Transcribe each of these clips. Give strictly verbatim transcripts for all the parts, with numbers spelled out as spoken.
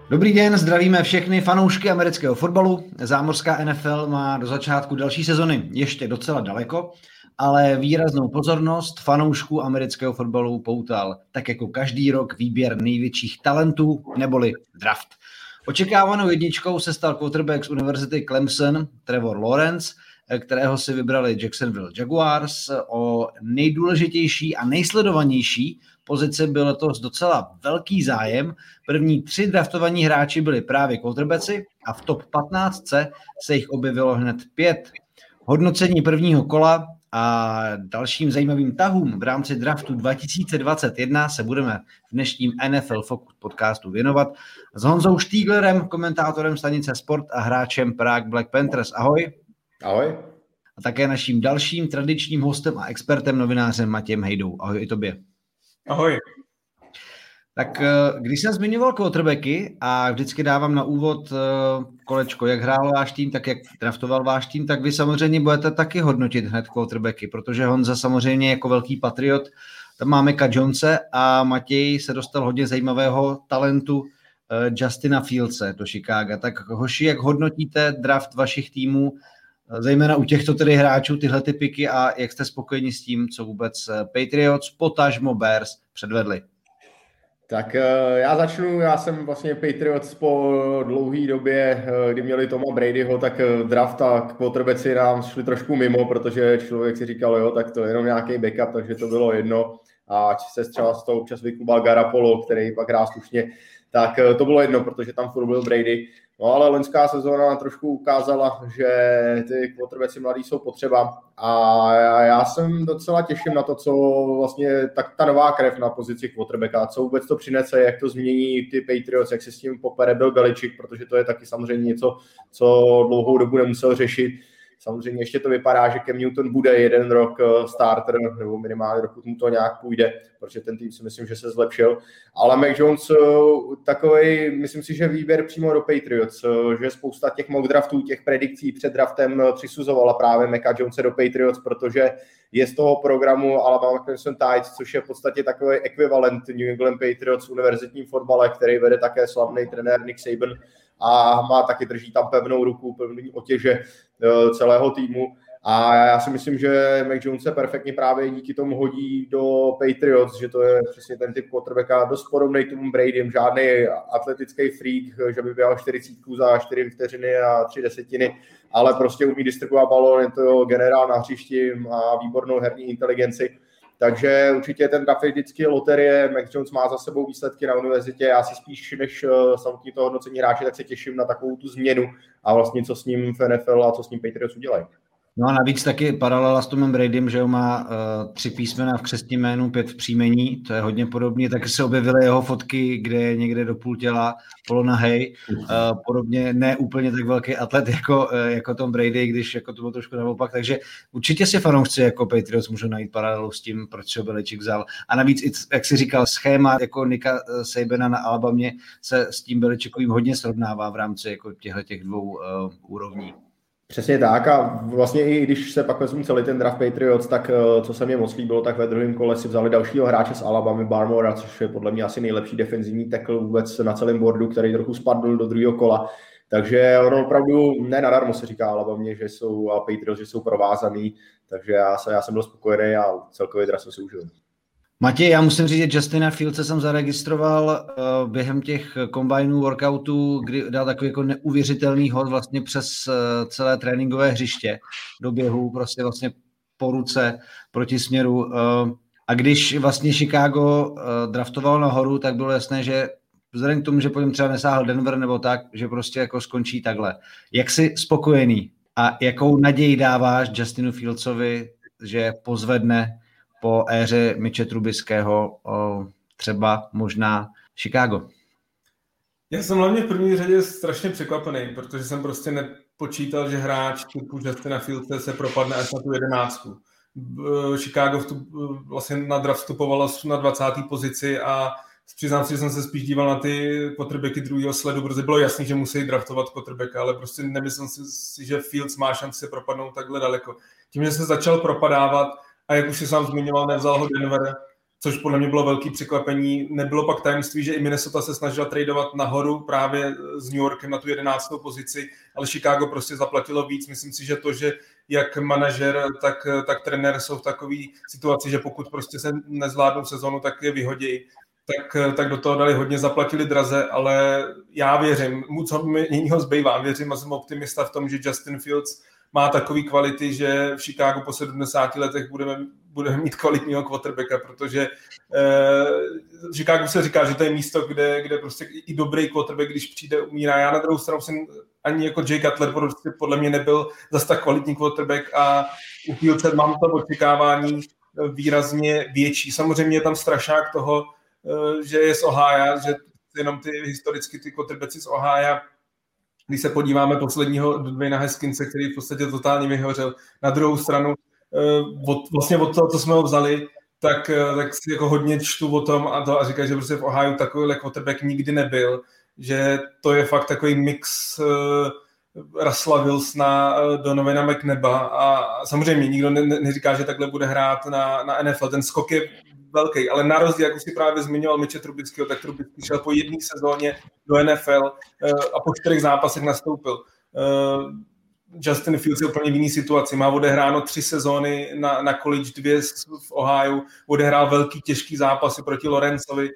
Dobrý den, zdravíme všechny fanoušky amerického fotbalu. Zámořská N F L má do začátku další sezony ještě docela daleko, ale výraznou pozornost fanoušků amerického fotbalu poutal tak jako každý rok výběr největších talentů neboli draft. Očekávanou jedničkou se stal quarterback z univerzity Clemson Trevor Lawrence, kterého si vybrali Jacksonville Jaguars. O nejdůležitější a nejsledovanější pozici byl letos docela velký zájem. První tři draftovaní hráči byli právě quarterbacki a v top patnáct se jich objevilo hned pět. Hodnocení prvního kola a dalším zajímavým tahům v rámci draftu dva tisíce dvacet jedna se budeme v dnešním N F L Focus podcastu věnovat s Honzou Štíglerem, komentátorem stanice Sport a hráčem Prague Black Panthers. Ahoj. Ahoj. A také naším dalším tradičním hostem a expertem, novinářem Matějem Hejdou. Ahoj i tobě. Ahoj. Tak když jsem zmiňoval quarterbacky a vždycky dávám na úvod kolečko, jak hrál váš tým, tak jak draftoval váš tým, tak vy samozřejmě budete taky hodnotit hned quarterbacky, protože Honza samozřejmě jako velký patriot, tam máme Micah Jonese a Matěj se dostal hodně zajímavého talentu Justina Fieldse do Chicaga. Tak hoši, jak hodnotíte draft vašich týmů, zejména u těchto tedy hráčů, tyhle ty piky, a jak jste spokojeni s tím, co vůbec Patriots, potažmo Bears předvedli? Tak já začnu, já jsem vlastně Patriots po dlouhé době, kdy měli Toma Bradyho, tak draft a quarterbacki nám šli trošku mimo, protože člověk si říkal, jo, tak to je jenom nějaký backup, takže to bylo jedno. A se třeba z toho občas vyklubal Garoppolo, který pak hrál slušně, tak to bylo jedno, protože tam furt byl Brady. No ale loňská sezóna trošku ukázala, že ty quarterbacki mladí jsou potřeba a já jsem docela těším na to, co vlastně tak ta nová krev na pozici quarterbacka, co vůbec to přinese, jak to změní ty Patriots, jak se s tím popere Bill Belichick, protože to je taky samozřejmě něco, co dlouhou dobu nemusel řešit. Samozřejmě ještě to vypadá, že Cam Newton bude jeden rok starter, nebo minimálně dokud mu to nějak půjde, protože ten tým si myslím, že se zlepšil. Ale Mac Jones takovej, myslím si, že výběr přímo do Patriots, že spousta těch mock draftů, těch predikcí před draftem přisuzovala právě Maca Jonese do Patriots, protože je z toho programu Alabama Crimson Tide, což je v podstatě takový ekvivalent New England Patriots v univerzitním fotbale, který vede také slavný trenér Nick Saban a má taky, drží tam pevnou ruku, pevný otěže celého týmu. A já si myslím, že Mac Jones se perfektně právě díky tomu hodí do Patriots, že to je přesně ten typ quarterbacka, dost podobný tomu Bradym, žádný atletický freak, že by běhal čtyřicet za čtyři vteřiny a tři desetiny, ale prostě umí distribuovat balón, je to generál na hřišti, má výbornou herní inteligenci. Takže určitě ten draft je vždycky loterie, Mac Jones má za sebou výsledky na univerzitě, já si spíš než samotný to hodnocení hráče, tak se těším na takovou tu změnu a vlastně co s ním v N F L a co s ním Patriots udělají. No a navíc taky paralela s Tomem Bradym, že má uh, tři písmena v křestním jménu, pět v příjmení, to je hodně podobně, taky se objevily jeho fotky, kde je někde do půl těla polonahej, uh, podobně ne úplně tak velký atlet jako, uh, jako Tom Brady, když jako to bylo trošku naopak, takže určitě si fanoušci jako Patriots můžou najít paralelu s tím, proč se Belichick vzal. A navíc, jak jsi říkal, schéma jako Nicka Sabana na Alabamě se s tím Belichickovým hodně srovnává v rámci jako těchto dvou uh, úrovní. Přesně tak a vlastně i když se pak vezmu celý ten draft Patriots, tak co se mě moc líbilo, tak ve druhém kole si vzali dalšího hráče z Alabamy, Barmora, což je podle mě asi nejlepší defenzivní tackle vůbec na celém boardu, který trochu spadl do druhého kola. Takže ono opravdu ne nadarmo se říká Alabamě, že jsou a Patriots, že jsou provázaný, takže já, se, já jsem byl spokojený a celkově draft jsem si užil. Matěj, já musím říct, že Justina Fieldse jsem zaregistroval uh, během těch kombajnů, workoutů, kdy dal takový jako neuvěřitelný hod vlastně přes uh, celé tréninkové hřiště do běhu, prostě vlastně po ruce proti směru. Uh, a když vlastně Chicago uh, draftoval nahoru, tak bylo jasné, že vzhledem k tomu, že po něm třeba nesáhl Denver nebo tak, že prostě jako skončí takhle. Jak jsi spokojený a jakou naději dáváš Justinu Fieldsovi, že pozvedne po éře Mitche Trubiského třeba možná Chicago? Já jsem hlavně v první řadě strašně překvapený, protože jsem prostě nepočítal, že hráč typu Justina Fieldse se propadne až na tu jedenáctku. Chicago vstup, vlastně na draft vstupovalo na dvacáté pozici a přiznám si, že jsem se spíš díval na ty quarterbacky druhého sledu, protože bylo jasný, že musí draftovat quarterbacka, ale prostě nemyslím si, že Fields má šanci se propadnout takhle daleko. Tím, že se začal propadávat a jak už si sám zmiňoval, nevzal ho Denver, což podle mě bylo velký překvapení. Nebylo pak tajemství, že i Minnesota se snažila tradovat nahoru právě s New Yorkem na tu jedenáctou pozici, ale Chicago prostě zaplatilo víc. Myslím si, že to, že jak manažer, tak, tak trenér jsou v takové situaci, že pokud prostě se nezvládnou sezonu, tak je vyhodí. Tak, tak do toho dali hodně, zaplatili draze, ale já věřím, co mi jiného zbývá, věřím a jsem optimista v tom, že Justin Fields má takový kvality, že v Chicagu po sedmdesáti letech budeme, budeme mít kvalitního quarterbacka, protože eh, v Chicagu se říká, že to je místo, kde, kde prostě i dobrý quarterback, když přijde, umírá. Já na druhou stranu jsem ani jako Jay Cutler prostě podle mě nebyl zase tak kvalitní quarterback a u Fieldse mám to očekávání výrazně větší. Samozřejmě je tam strašák toho, že je z Ohio, že jenom ty historicky ty quarterbacki z Ohio, když se podíváme posledního Dwayna Haskinse, který v podstatě totálně vyhořel. Na druhou stranu, od, vlastně od toho, co jsme ho vzali, tak, tak si jako hodně čtu o tom a to a říkají, že prostě v Ohio takovýhle quarterback nikdy nebyl, že to je fakt takový mix uh, Russella Wilsona, uh, Donovana McNaba a samozřejmě nikdo ne, ne, neříká, že takhle bude hrát na, na N F L. Ten skok je velký, ale na rozdíl, jak už si právě zmiňoval Mitche Trubiskyho, tak Trubisky šel po jedné sezóně do N F L uh, a po čtyřech zápasech nastoupil. Uh, Justin Fields je úplně v jiný situaci. Má odehráno tři sezóny na, na college, dvě v Ohio, odehrál velký, těžký zápasy proti Lorenzovi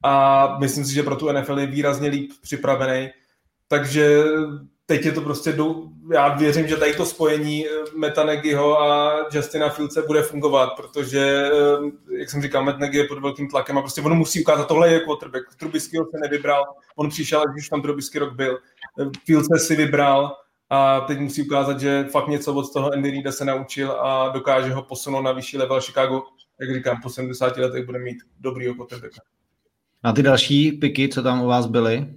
a myslím si, že pro tu N F L je výrazně líp připravený. Takže teď je to prostě, já věřím, že tady to spojení Matta Nagyho a Justina Fieldse bude fungovat, protože, jak jsem říkal, Matt Nagy je pod velkým tlakem a prostě on musí ukázat, tohle je quarterback. Trubiskyho se nevybral, on přišel, když tam Trubisky rok byl. Fieldse si vybral a teď musí ukázat, že fakt něco od toho Andy Reida se naučil a dokáže ho posunout na vyšší level. Chicago, jak říkám, po sedmdesáti letech bude mít dobrýho quarterbacka. A ty další piky, co tam u vás byly?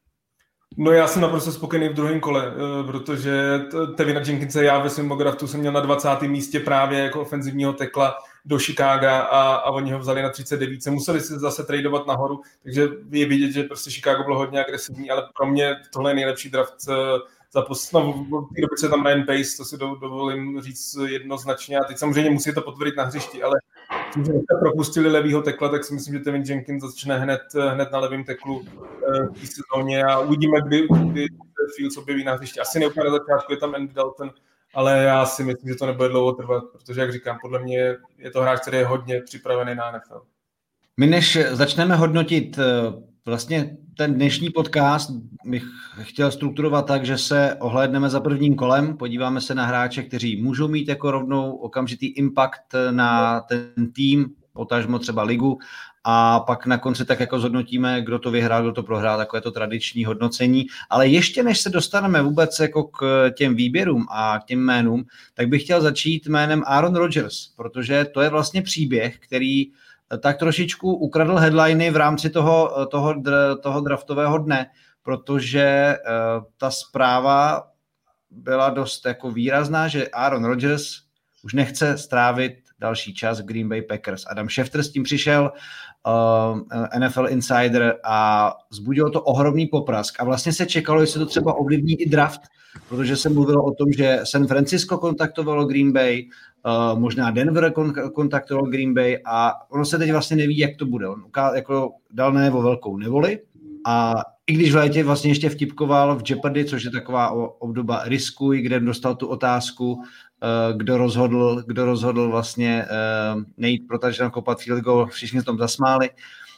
No já jsem naprosto spokojený v druhém kole, protože Tevina Jenkinse já ve svém draftu jsem měl na dvacátém místě právě jako ofenzivního tekla do Chicaga a, a oni ho vzali na třicet devět. Museli se zase tradovat nahoru, takže je vidět, že prostě Chicago bylo hodně agresivní, ale pro mě tohle je nejlepší draft za poslední. No, v té době se tam Ryan Pace, to si dovolím říct jednoznačně a teď samozřejmě musí to potvrdit na hřišti, ale když jste propustili levýho tekla, tak si myslím, že Tevin Jenkins začne hned, hned na levém teklu v té sezóně a uvidíme, kdy, kdy Fields objeví na hřišti. Asi neúplně na začátku, je tam Andy Dalton, ale já si myslím, že to nebude dlouho trvat, protože, jak říkám, podle mě je to hráč, který je hodně připravený na N F L. My než začneme hodnotit vlastně ten dnešní podcast, bych chtěl strukturovat tak, že se ohlédneme za prvním kolem, podíváme se na hráče, kteří můžou mít jako rovnou okamžitý impact na ten tým, potažmo třeba ligu, a pak na konci tak jako zhodnotíme, kdo to vyhrál, kdo to prohrál, takové to tradiční hodnocení. Ale ještě než se dostaneme vůbec jako k těm výběrům a k těm jménům, tak bych chtěl začít jménem Aaron Rodgers, protože to je vlastně příběh, který tak trošičku ukradl headliny v rámci toho, toho, toho draftového dne, protože uh, ta zpráva byla dost jako výrazná, že Aaron Rodgers už nechce strávit další čas v Green Bay Packers. Adam Schefter s tím přišel, uh, N F L Insider, a vzbudilo to ohromný poprask. A vlastně se čekalo, jestli to třeba ovlivní i draft, protože se mluvilo o tom, že San Francisco kontaktovalo Green Bay, uh, možná Denver kon- kontaktoval Green Bay a ono se teď vlastně neví, jak to bude. On uká- jako dal na nebo velkou nevoli a i když v létě vlastně ještě vtipkoval v Jeopardy, což je taková obdoba Riskuj, kde dostal tu otázku, uh, kdo rozhodl, kdo rozhodl vlastně uh, nejít pro touchdown, kopat field goal, všichni se tam zasmáli.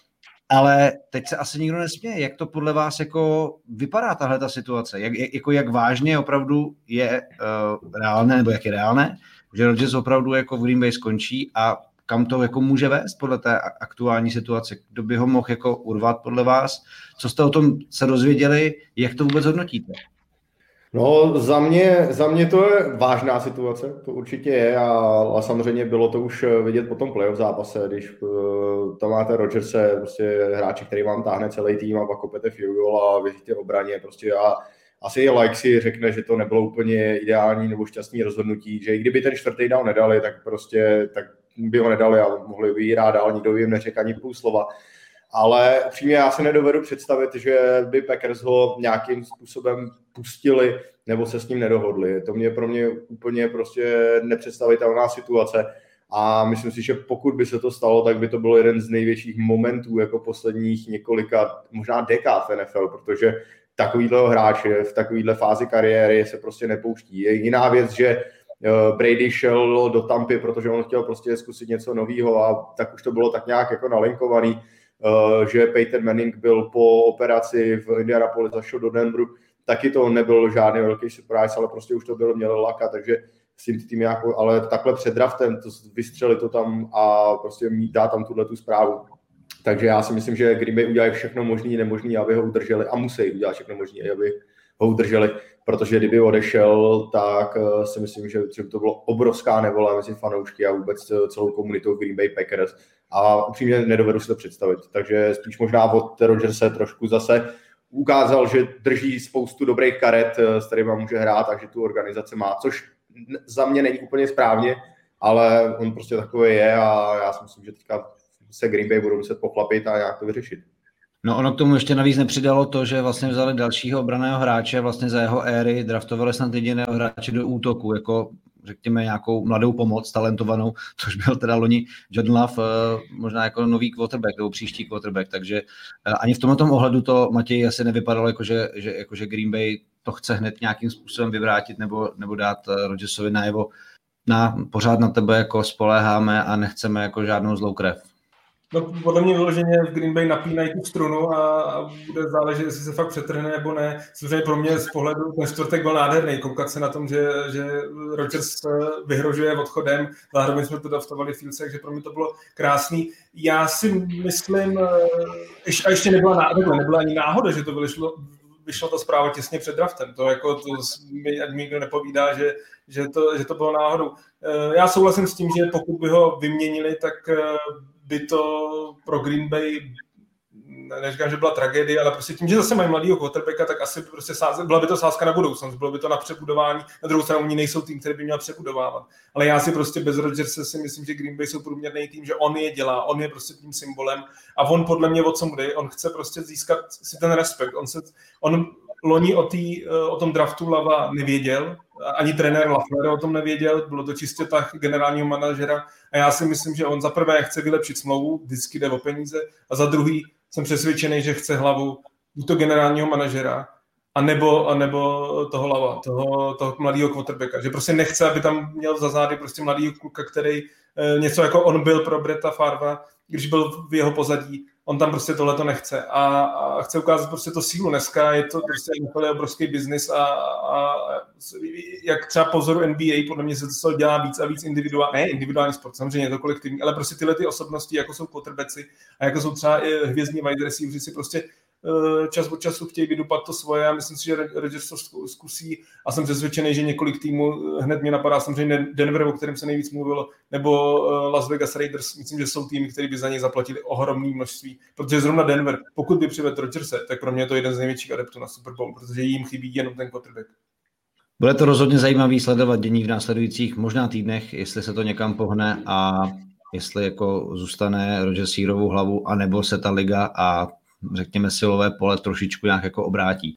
Ale teď se asi nikdo nesměje. Jak to podle vás jako vypadá tahle ta situace? Jak, jako jak vážně opravdu je uh, reálné, nebo jak je reálné, že Rodgers opravdu jako v Green Bay skončí a kam to jako může vést podle té aktuální situace? Kdo by ho mohl jako urvat podle vás? Co jste o tom se dozvěděli? Jak to vůbec hodnotíte? No, za mě, za mě to je vážná situace, to určitě je, a, a samozřejmě bylo to už vidět po tom playoff zápase, když uh, tam máte Rodgerse, prostě hráči, který vám táhne celý tým a pak kopete field goal a věříte obraně, prostě a asi like si řekne, že to nebylo úplně ideální nebo šťastný rozhodnutí, že i kdyby ten čtvrtý down nedali, tak prostě tak by ho nedali a mohli by jí rád dál, nikdo by jim neřekl ani půl slova. Ale upřímně já se nedovedu představit, že by Packers ho nějakým způsobem pustili nebo se s ním nedohodli. To mě pro mě úplně prostě nepředstavitelná situace. A myslím si, že pokud by se to stalo, tak by to byl jeden z největších momentů jako posledních několika, možná dekád v N F L, protože takovýhle hráče v takovýhle fázi kariéry se prostě nepouští. Je jiná věc, že Brady šel do Tampy, protože on chtěl prostě zkusit něco nového a tak už to bylo tak nějak jako nalinkovaný, že Peyton Manning byl po operaci v Indianapolis a šel do Denveru. Taky to nebyl žádný velký surprise, ale prostě už to bylo, měl laka, takže s tím tým jako, ale takhle před draftem to vystřelit to tam a prostě dá tam tuhle tu zprávu. Takže já si myslím, že Green Bay udělají všechno možné i nemožné, aby ho udrželi a musí udělat všechno možné, aby ho udrželi, protože kdyby odešel, tak si myslím, že to bylo obrovská nevole mezi fanoušky a vůbec celou komunitou Green Bay Packers a upřímně nedovedu si to představit. Takže spíš možná od Rodgerse trošku zase ukázal, že drží spoustu dobrých karet, s kterými může hrát a že tu organizaci má, což za mě není úplně správně, ale on prostě takový je a já si myslím, že teďka se Green Bay budou muset pochlapit a nějak to vyřešit. No ono k tomu ještě navíc nepřidalo to, že vlastně vzali dalšího obranného hráče, vlastně za jeho éry draftovali snad jediného hráče do útoku, jako řekněme nějakou mladou pomoc, talentovanou, což byl teda loni Jordan Love, možná jako nový quarterback, nebo příští quarterback, takže ani v tomto ohledu to, Matěj, asi nevypadalo, jako že, že, jako že Green Bay to chce hned nějakým způsobem vyvrátit nebo, nebo dát Rodgersovi najevo, na, pořád na tebe jako spoléháme a nechceme jako žádnou zlou krev. No, podle mě vyloženě v Green Bay napínají tu strunu a, a bude záležet, jestli se fakt přetrhne nebo ne. Samozřejmě pro mě z pohledu ten čtvrtek byl nádherný. Koukat se na tom, že, že Rodgers vyhrožuje odchodem, zároveň jsme to daftovali v Fieldsech, že pro mě to bylo krásný. Já si myslím, a ještě nebyla náhoda, nebyla ani náhoda, že to vyšlo, vyšla ta zpráva těsně před draftem. To jako to mi nikdo nepovídá, že, že, to, že to bylo náhodou. Já souhlasím s tím, že pokud by ho vyměnili, tak by to pro Green Bay, neříkám, že byla tragédie, ale prostě tím, že zase mají mladýho quarterbacka, tak asi prostě sáze, byla by to sázka na budoucnost, bylo by to na přebudování, na druhou stranu oni nejsou tým, který by měl přebudovávat. Ale já si prostě bez Rodgerse si myslím, že Green Bay jsou průměrný tým, že on je dělá, on je prostě tím symbolem a on podle mě o co bude, on chce prostě získat si ten respekt, on se, on loni o, tý, o tom draftu Lava nevěděl, ani trenér Lafleur o tom nevěděl, bylo to čistě tak generálního manažera a já si myslím, že on za prvé chce vylepšit smlouvu, vždycky jde o peníze a za druhý jsem přesvědčený, že chce hlavu buď to generálního manažera, anebo, anebo toho Lava, toho, toho mladého quarterbacka, že prostě nechce, aby tam měl za zády prostě mladýho kluka, který e, něco jako on byl pro Bretta Favra, když byl v jeho pozadí, on tam prostě tohleto nechce a, a chce ukázat prostě to sílu. Dneska je to prostě úplně obrovský biznis a, a jak třeba po vzoru N B A, podle mě se to dělá víc a víc individuální, ne individuální sport, samozřejmě je to kolektivní, ale prostě tyhle ty osobnosti, jako jsou quarterbacki a jako jsou třeba i hvězdní wide receiveri, si prostě čas od času chtějí vydupat to svoje a myslím si, že Rodgers to zkusí a jsem přesvědčený, že několik týmů, hned mě napadá samozřejmě Denver, o kterém se nejvíc mluvilo, nebo Las Vegas Raiders, myslím, že jsou týmy, které by za něj zaplatili ohromné množství, protože zrovna Denver, pokud by přivedl Rodgerse, tak pro mě je to jeden z největších adeptů na Super Bowl, protože jim chybí jenom ten quarterback. Bude to rozhodně zajímavý sledovat dění v následujících možná týdnech, jestli se to někam pohne a jestli jako zůstane Rodgers hýrovou hlavu, anebo se ta liga a řekněme silové pole trošičku nějak jako obrátí.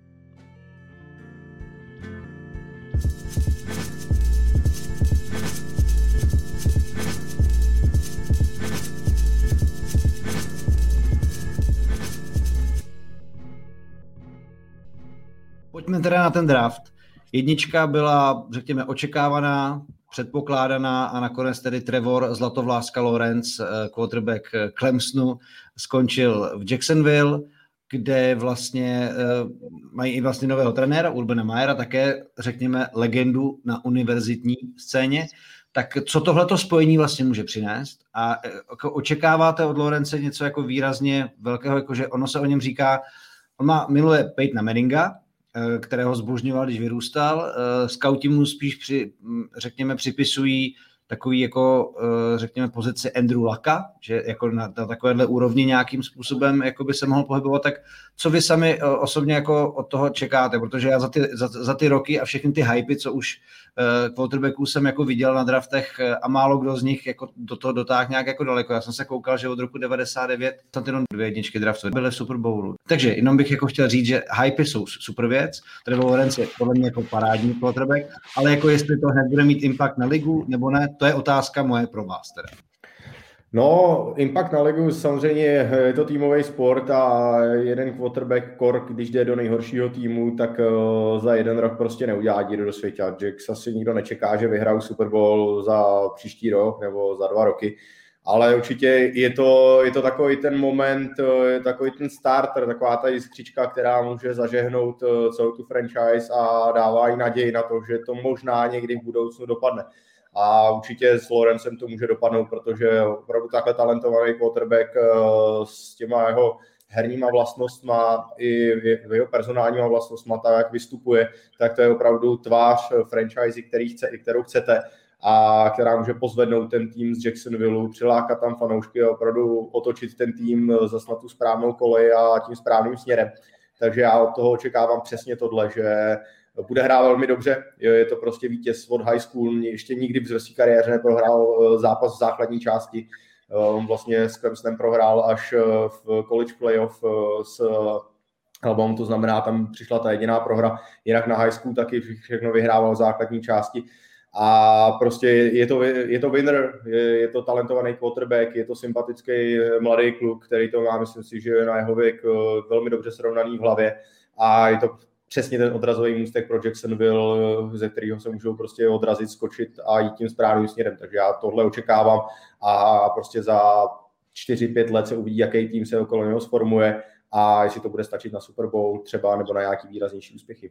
Pojďme teda na ten draft. Jednička byla, řekněme, očekávaná, předpokládaná a nakonec tedy Trevor Zlatovláska Lawrence, quarterback Clemsonu, skončil v Jacksonville, kde vlastně mají i vlastně nového trenéra, Urbana Mayera, také, řekněme, legendu na univerzitní scéně. Tak co tohleto spojení vlastně může přinést? A očekáváte od Lawrence něco jako výrazně velkého, jakože ono se o něm říká, on má miluje Peytona Manninga, kterého zbožňoval, když vyrůstal. Skauti mu spíš při, řekněme, připisují takový jako, řekněme, pozici Andrew Lucka, že jako na, na takovéhle úrovni nějakým způsobem jako by se mohl pohybovat, tak co vy sami osobně jako od toho čekáte, protože já za ty, za, za ty roky a všechny ty hypy, co už uh, quarterbacků jsem jako viděl na draftech a málo kdo z nich jako do toho dotáhl nějak jako daleko. Já jsem se koukal, že od roku devadesát devět tam jenom dvě jedničky draftu byly v Super Bowlu. Takže jenom bych jako chtěl říct, že hypy jsou super věc, Trevor Lawrence je podle mě jako parádní quarterback, ale jako jestli to hned bude mít impact na ligu nebo ne, to je otázka moje pro vás teda. No, impact na ligu samozřejmě je to týmový sport a jeden quarterback kor, když jde do nejhoršího týmu, tak za jeden rok prostě neudělá díru do světa. Jacks asi nikdo nečeká, že vyhrajou Super Bowl za příští rok nebo za dva roky. Ale určitě je to, je to takový ten moment, takový ten starter, taková ta jiskřička, která může zažehnout celou tu franchise a dává jí naději na to, že to možná někdy v budoucnu dopadne. A určitě s Lawrencem to může dopadnout, protože opravdu takhle talentovaný quarterback s těma jeho herníma vlastnostma i jeho personálníma vlastnostma, tak jak vystupuje, tak to je opravdu tvář franchise, který chce, kterou chcete a která může pozvednout ten tým z Jacksonville, přilákat tam fanoušky a opravdu otočit ten tým zase na tu správnou kolej a tím správným směrem. Takže já od toho očekávám přesně tohle, že bude hrát velmi dobře, je to prostě vítěz od high school, ještě nikdy v své kariéře neprohrál zápas v základní části, on vlastně s Clemsonem prohrál až v college playoff s Alabama, to znamená, tam přišla ta jediná prohra, jinak na high school taky všechno vyhrával v základní části. A prostě je to, je to winner, je, je to talentovaný quarterback, je to sympatický mladý kluk, který to má, myslím si, že je na jeho věk velmi dobře srovnaný v hlavě a je to přesně ten odrazový můstek pro Jacksonville, ze kterého se můžou prostě odrazit, skočit a jít tím správným směrem. Takže já tohle očekávám a prostě za čtyři pět let se uvidí, jaký tým se okolo něho sformuje a jestli to bude stačit na Super Bowl třeba nebo na nějaký výraznější úspěchy.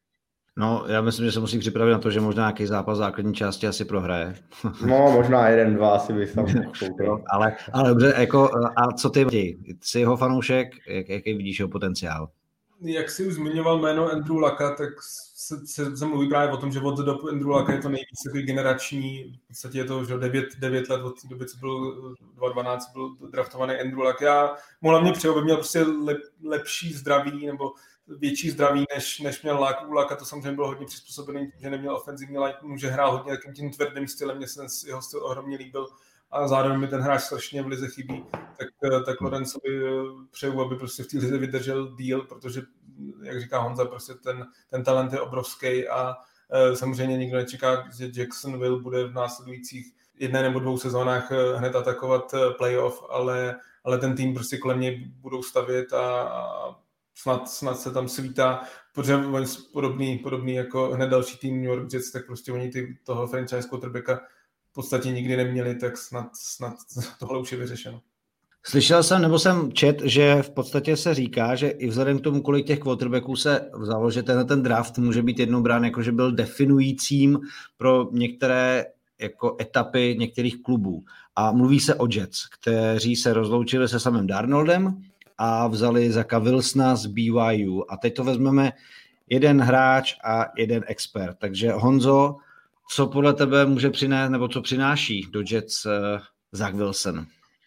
No, já myslím, že se musí připravit na to, že možná nějaký zápas základní části asi prohraje. No, možná jeden, dva asi bych tam koukal. ale, ale dobře, jako, a co ty, jsi jeho fanoušek, jak, jaký vidíš jeho potenciál? Jak jsi už zmiňoval jméno Andrew Lucka, tak se, se, se mluví právě o tom, že od doby Andrew Lucka je to nejvíc takový generační, v podstatě je to už devět let od té doby, co byl dva tisíce dvanáct, byl draftovaný Andrew Luck. Já mu hlavně přeju, aby měl prostě lep, lepší zdraví nebo větší zdraví, než, než měl Luck. U Lucka to samozřejmě bylo hodně přizpůsobený, že neměl ofenzivní line, že hrál hodně takým tím tvrdým stylem, mně se jeho styl ohromně líbil a zároveň mi ten hráč strašně v lize chybí, tak, tak Lorenzovi přeju, aby prostě v té lize vydržel díl, protože, jak říká Honza, prostě ten, ten talent je obrovský a e, samozřejmě nikdo nečeká, že Jacksonville bude v následujících jedné nebo dvou sezónách hned atakovat playoff, ale, ale ten tým prostě kolem něj budou stavět a, a snad, snad se tam svítá, protože oni podobný, podobný jako hned další tým New York Jets, tak prostě oni ty, toho franchise quarterbacka v podstatě nikdy neměli, tak snad, snad tohle už je vyřešeno. Slyšel jsem, nebo jsem čet, že v podstatě se říká, že i vzhledem k tomu, kolik těch quarterbacků se vzalo, že tenhle ten draft může být jednou brán, jako že byl definujícím pro některé jako etapy některých klubů. A mluví se o Jets, kteří se rozloučili se samým Darnoldem a vzali Zacka Wilsona z B Y U. A teď to vezmeme jeden hráč a jeden expert. Takže Honzo, co podle tebe může přinést, nebo co přináší do Jets uh, Zach Wilson?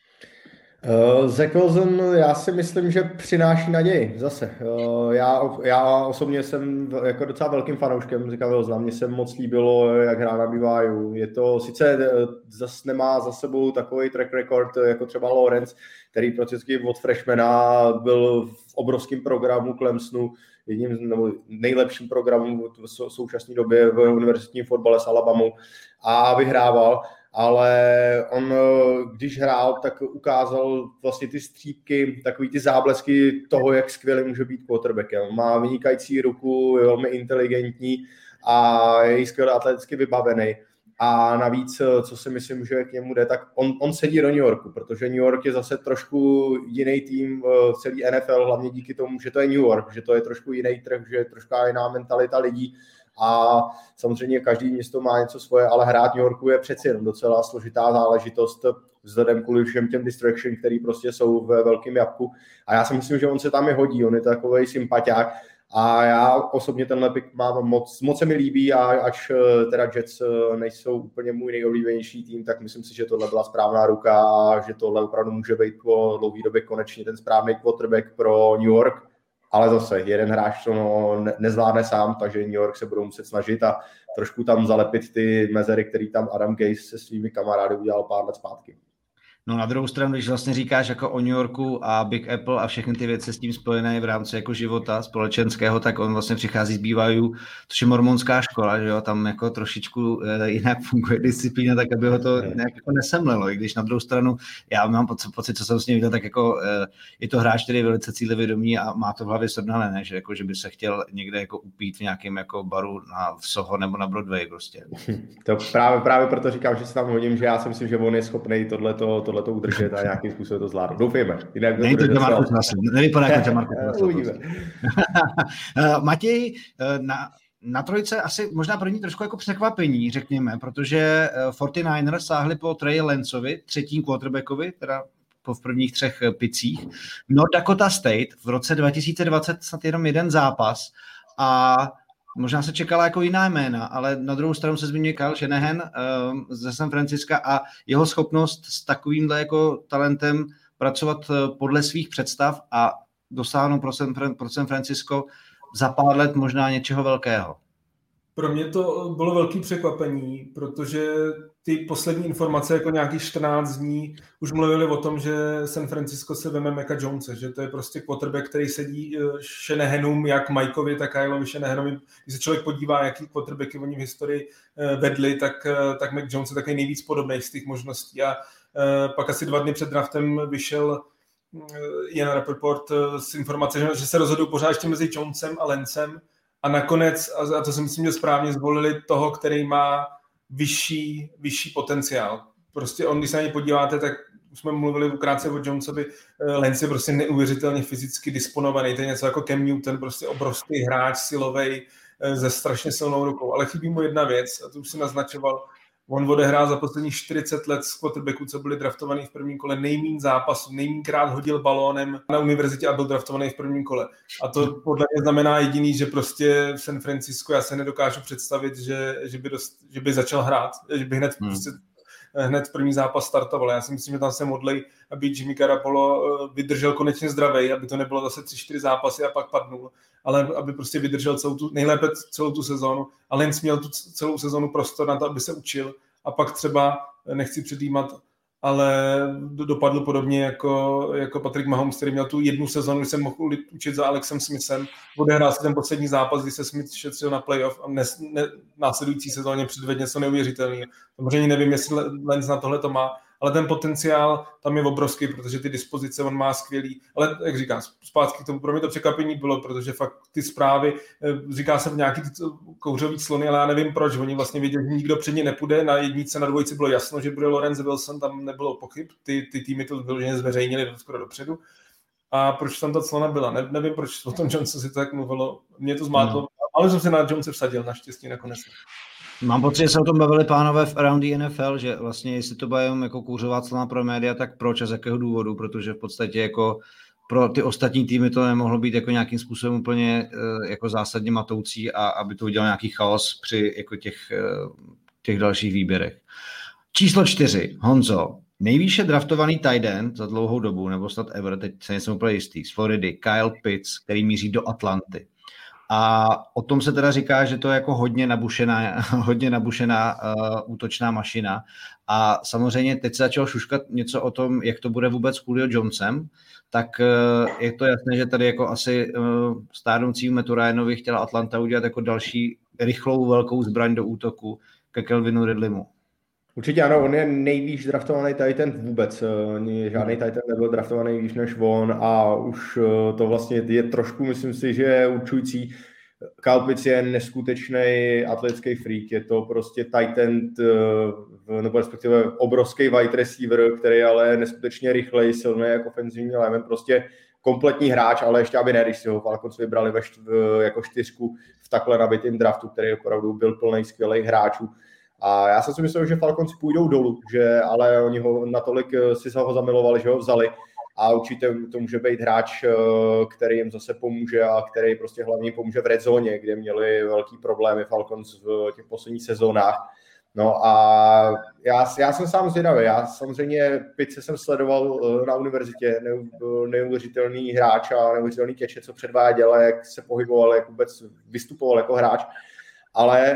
Uh, Zach Wilson, já si myslím, že přináší naději zase. Uh, já, já osobně jsem jako docela velkým fanouškem Zacka Wilsona. Mně se moc líbilo, jak hrá na B Y U. Je to, sice zase nemá za sebou takový track record jako třeba Lawrence, který prakticky od freshmana byl v obrovském programu Clemsonu, jedním nebo nejlepším programu v současné době v univerzitním fotbale s Alabamou a vyhrával. Ale on, když hrál, tak ukázal vlastně ty střípky, takový ty záblesky toho, jak skvělý může být quarterbackem. Má vynikající ruku, je velmi inteligentní a je skvěle atleticky vybavený. A navíc, co si myslím, že k němu jde, tak on, on sedí do New Yorku, protože New York je zase trošku jiný tým v celý N F L, hlavně díky tomu, že to je New York, že to je trošku jiný trh, že je trošku jiná mentalita lidí. A samozřejmě každý město má něco svoje, ale hrát New Yorku je přeci jenom docela složitá záležitost vzhledem kvůli všem těm distraction, který prostě jsou ve velkém jabku. A já si myslím, že on se tam i hodí, on je takovej sympatiák. A já osobně tenhle pick mám moc, moc se mi líbí a ač teda Jets nejsou úplně můj nejoblíbenější tým, tak myslím si, že tohle byla správná ruka a že tohle opravdu může být po dlouhý době konečně ten správný quarterback pro New York. Ale zase, jeden hráč to no, ne, nezvládne sám, takže New York se budou muset snažit a trošku tam zalepit ty mezery, který tam Adam Gase se svými kamarády udělal pár let zpátky. No na druhou stranu, když vlastně říkáš jako o New Yorku a Big Apple a všechny ty věci s tím spojené v rámci jako života společenského, tak on vlastně přichází z B Y U, což je mormonská škola, že jo, tam jako trošičku jinak funguje disciplína, tak aby ho to nějak jako nesemlelo, i když na druhou stranu, já mám pocit, pocit co jsem s ním viděl, tak jako je to hráč, který je velice cílevědomý a má to v hlavě srovnané, ne, že jako, že by se chtěl někde jako upít v nějakém jako baru na v Soho nebo na Broadway prostě. To právě, právě proto říkám, že se tam hodím, že já si myslím, že on je schopný tohleto, tohleto udržet a nějakým způsobem to zvládnout. Doufejme. Není to Jamarcus Russell. Nevypadá jako Jamarcus Russell. Uvidíme. Matěj, na, na trojce asi možná pro ní trošku jako překvapení, řekněme, protože čtyřicet devět ers sáhli po Trey Lanceovi, třetím quarterbackovi, teda po v prvních třech picích. North Dakota State v roce dva tisíce dvacet snad jenom jeden zápas a možná se čekala jako jiná jména, ale na druhou stranu se zmiňuje Kyle Shanahan um, ze San Francisca a jeho schopnost s takovýmhle jako talentem pracovat podle svých představ a dosáhnout pro San, pro San Francisco za pár let možná něčeho velkého. Pro mě to bylo velké překvapení, protože ty poslední informace jako nějakých čtrnáct dní už mluvili o tom, že San Francisco se veme Maca Jonese, že to je prostě quarterback, který sedí Shanahanům, jak Mikeovi, tak Kyleovi Shanahanovi. Když se člověk podívá, jaký quarterbacky oni v historii vedli, tak, tak Mac Jones je takový nejvíc podobný z těch možností. A pak asi dva dny před draftem vyšel Ian Rappaport s informací, že se rozhodují pořád ještě mezi Jonesem a Lancem. A nakonec, a to si myslím, že správně zvolili toho, který má vyšší, vyšší potenciál. Prostě on, když se na něj podíváte, tak už jsme mluvili krátce o Jonesovi, Lance je prostě neuvěřitelně fyzicky disponovaný, to je něco jako Cam Newton, prostě obrovský hráč, silovej, se strašně silnou rukou. Ale chybí mu jedna věc, a to už si naznačoval, on odehrál za posledních čtyřicet let z quarterbacku, co byli draftovaný v prvním kole, nejmíň zápasů, nejmínkrát hodil balónem na univerzitě a byl draftovaný v prvním kole. A to podle mě znamená jediný, že prostě v San Francisco já se nedokážu představit, že, že, by, dost, že by začal hrát, že by hned, hmm. prostě, hned první zápas startoval. Já si myslím, že tam se modlej, aby Jimmy Garoppolo vydržel konečně zdravej, aby to nebylo zase tři čtyři zápasy a pak padnul, ale aby prostě vydržel celou tu, nejlépe celou tu sezónu. A Lance měl tu celou sezónu prostor na to, aby se učil a pak třeba, nechci předjímat, ale dopadl podobně jako, jako Patrick Mahomes, který měl tu jednu sezonu, kdy se mohl učit za Alexem Smithem. Odehrál si ten poslední zápas, kdy se Smith šetřil na playoff a ne, ne, následující sezóně předvedl něco neuvěřitelného. Samozřejmě nevím, jestli Lance na tohle to má, ale ten potenciál tam je obrovský, protože ty dispozice on má skvělý. Ale jak říkám, zpátky k tomu, pro mě to překvapení bylo, protože fakt ty zprávy, říká se v nějaký kouřový slony, ale já nevím proč, oni vlastně věděli, že nikdo před ně nepůjde, na jedničce, na dvojci bylo jasno, že bude Lorenzo Wilson, tam nebylo pochyb, ty, ty týmy to vyloženě zveřejnili skoro dopředu. A proč tam ta clona byla? Ne, nevím, proč o tom Jonese si to tak mluvilo, mě to zmátlo, no. Ale jsem se na Jonese vsadil, naštěstí nakonec. Mám pocit, že se o tom bavili pánové v Around the N F L, že vlastně jestli to bude jako kouřová clona pro média, tak proč a z jakého důvodu, protože v podstatě jako pro ty ostatní týmy to nemohlo být jako nějakým způsobem úplně jako zásadně matoucí a aby to udělal nějaký chaos při jako těch, těch dalších výběrech. Číslo čtyři, Honzo, nejvýše draftovaný tight end za dlouhou dobu, nebo snad ever, teď se nejsem úplně jistý, z Floridy, Kyle Pitts, který míří do Atlanty. A o tom se teda říká, že to je jako hodně nabušená, hodně nabušená uh, útočná mašina. A samozřejmě teď se začalo šuškat něco o tom, jak to bude vůbec s Julio Jonesem, tak uh, je to jasné, že tady jako asi uh, stárnoucí Mattu Ryanovi chtěla Atlanta udělat jako další rychlou velkou zbraň do útoku ke Calvinu Ridleymu. Určitě ano, on je nejvýš draftovaný tight end vůbec. Žádný tight end nebyl draftovaný výš než on a už to vlastně je trošku, myslím si, že je určující. Kyle Pitts je neskutečný atletický freak, je to prostě tight end, nebo respektive obrovský wide receiver, který ale je neskutečně rychlej, silný jako ofenzivní lineman, prostě kompletní hráč, ale ještě aby ne, když si ho Falcons vybrali ve št, jako čtyřku v takhle nabitým draftu, který opravdu byl plný skvělých hráčů. A já jsem si myslel, že Falcons půjdou dolů, že, ale oni ho natolik si ho zamilovali, že ho vzali a určitě to může být hráč, který jim zase pomůže a který prostě hlavně pomůže v red zóně, kde měli velký problémy Falcons v těch posledních sezónách. No a já, já jsem sám zvědavý, já samozřejmě Pitse jsem sledoval na univerzitě, neuvěřitelný hráč a neuvěřitelný catche, co předváděl, jak se pohyboval, jak vůbec vystupoval jako hráč, ale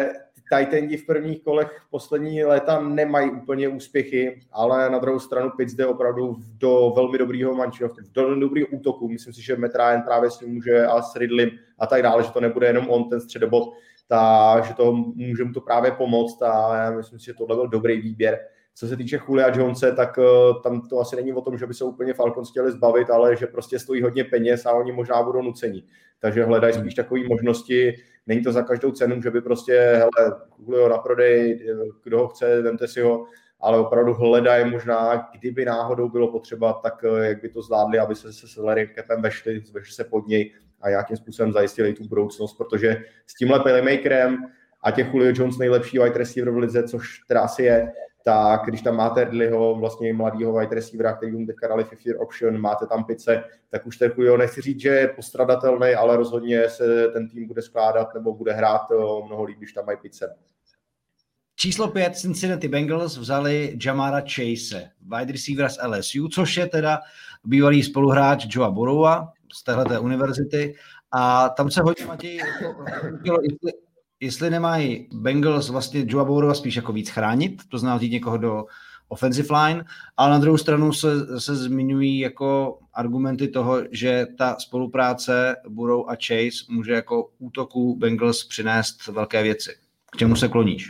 tight endi v prvních kolech poslední léta nemají úplně úspěchy, ale na druhou stranu Pitts jde opravdu do velmi dobrýho manšaftu, do velmi dobrýho útoku. Myslím si, že Matt Ryan právě s tím může a s Ridleym a tak dále, že to nebude jenom on, ten středobod, ta, že to může mu to právě pomoct a já myslím si, že tohle byl dobrý výběr. Co se týče Julia Jonese, tak uh, tam to asi není o tom, že by se úplně Falcons chtěli zbavit, ale že prostě stojí hodně peněz a oni možná budou nuceni. Takže hledají spíš takové možnosti, není to za každou cenu, že by prostě, hele, Julio na prodej, kdo ho chce, vemte si ho, ale opravdu hledají možná, kdyby náhodou bylo potřeba, tak uh, jak by to zvládli, aby se se salary capem vešli, vešli se pod něj a nějakým způsobem zajistili tu budoucnost, protože s tímhle playmakerem a těch Julio Jones nejlepší wide receiver v lize, což teda asi je, tak když tam máte Ridleyho, vlastně mladýho wide receivera, který mu teďka dali fifth year option, máte tam Pitce, tak už ten Julio, nechci říct, že je postradatelný, ale rozhodně se ten tým bude skládat nebo bude hrát mnoho líp, když tam mají Pitce. Číslo pět Cincinnati Bengals vzali Jamara Chase, wide receiver z L S U, což je teda bývalý spoluhráč Joea Burrowa z téhleté univerzity. A tam se hodně, Matěj, jestli, jestli nemají Bengals vlastně Joea Burrowa spíš jako víc chránit, to znamená vzít někoho do offensive line, ale na druhou stranu se, se zmiňují jako argumenty toho, že ta spolupráce Burrow a Chase může jako útoku Bengals přinést velké věci. K čemu se kloníš?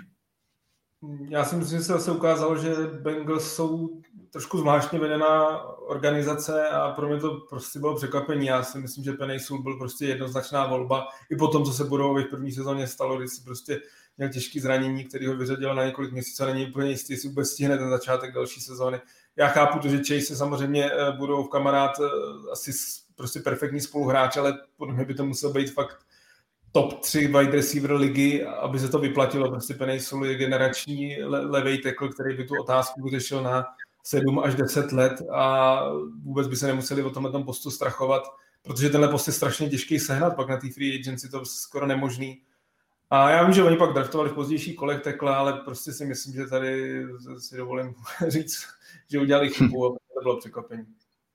Já si myslím, že se zase ukázalo, že Bengals jsou trošku zvláštně vedená organizace a pro mě to prostě bylo překvapení. Já si myslím, že Penny Sewell byl prostě jednoznačná volba. I po tom, co se Burrowovi v první sezóně stalo, kdy si prostě měl těžké zranění, který ho vyřadilo na několik měsíců a není úplně jistý, jestli vůbec stihne ten začátek další sezóny. Já chápu to, že Chase je samozřejmě Burrowův kamarád, asi prostě perfektní spoluhráč, ale podle mě by to musel být fakt top tři wide receiver ligy, aby se to vyplatilo. Prostě Penny Sewell je generační le- levej tackle, který by tu otázku vyřešil na sedm až deset let a vůbec by se nemuseli o tomhle tom postu strachovat, protože tenhle post je strašně těžký sehnat, pak na té free agency to skoro nemožný. A já vím, že oni pak draftovali v pozdějších kolech tekla, ale prostě si myslím, že tady si dovolím říct, že udělali chybu a to bylo překvapení.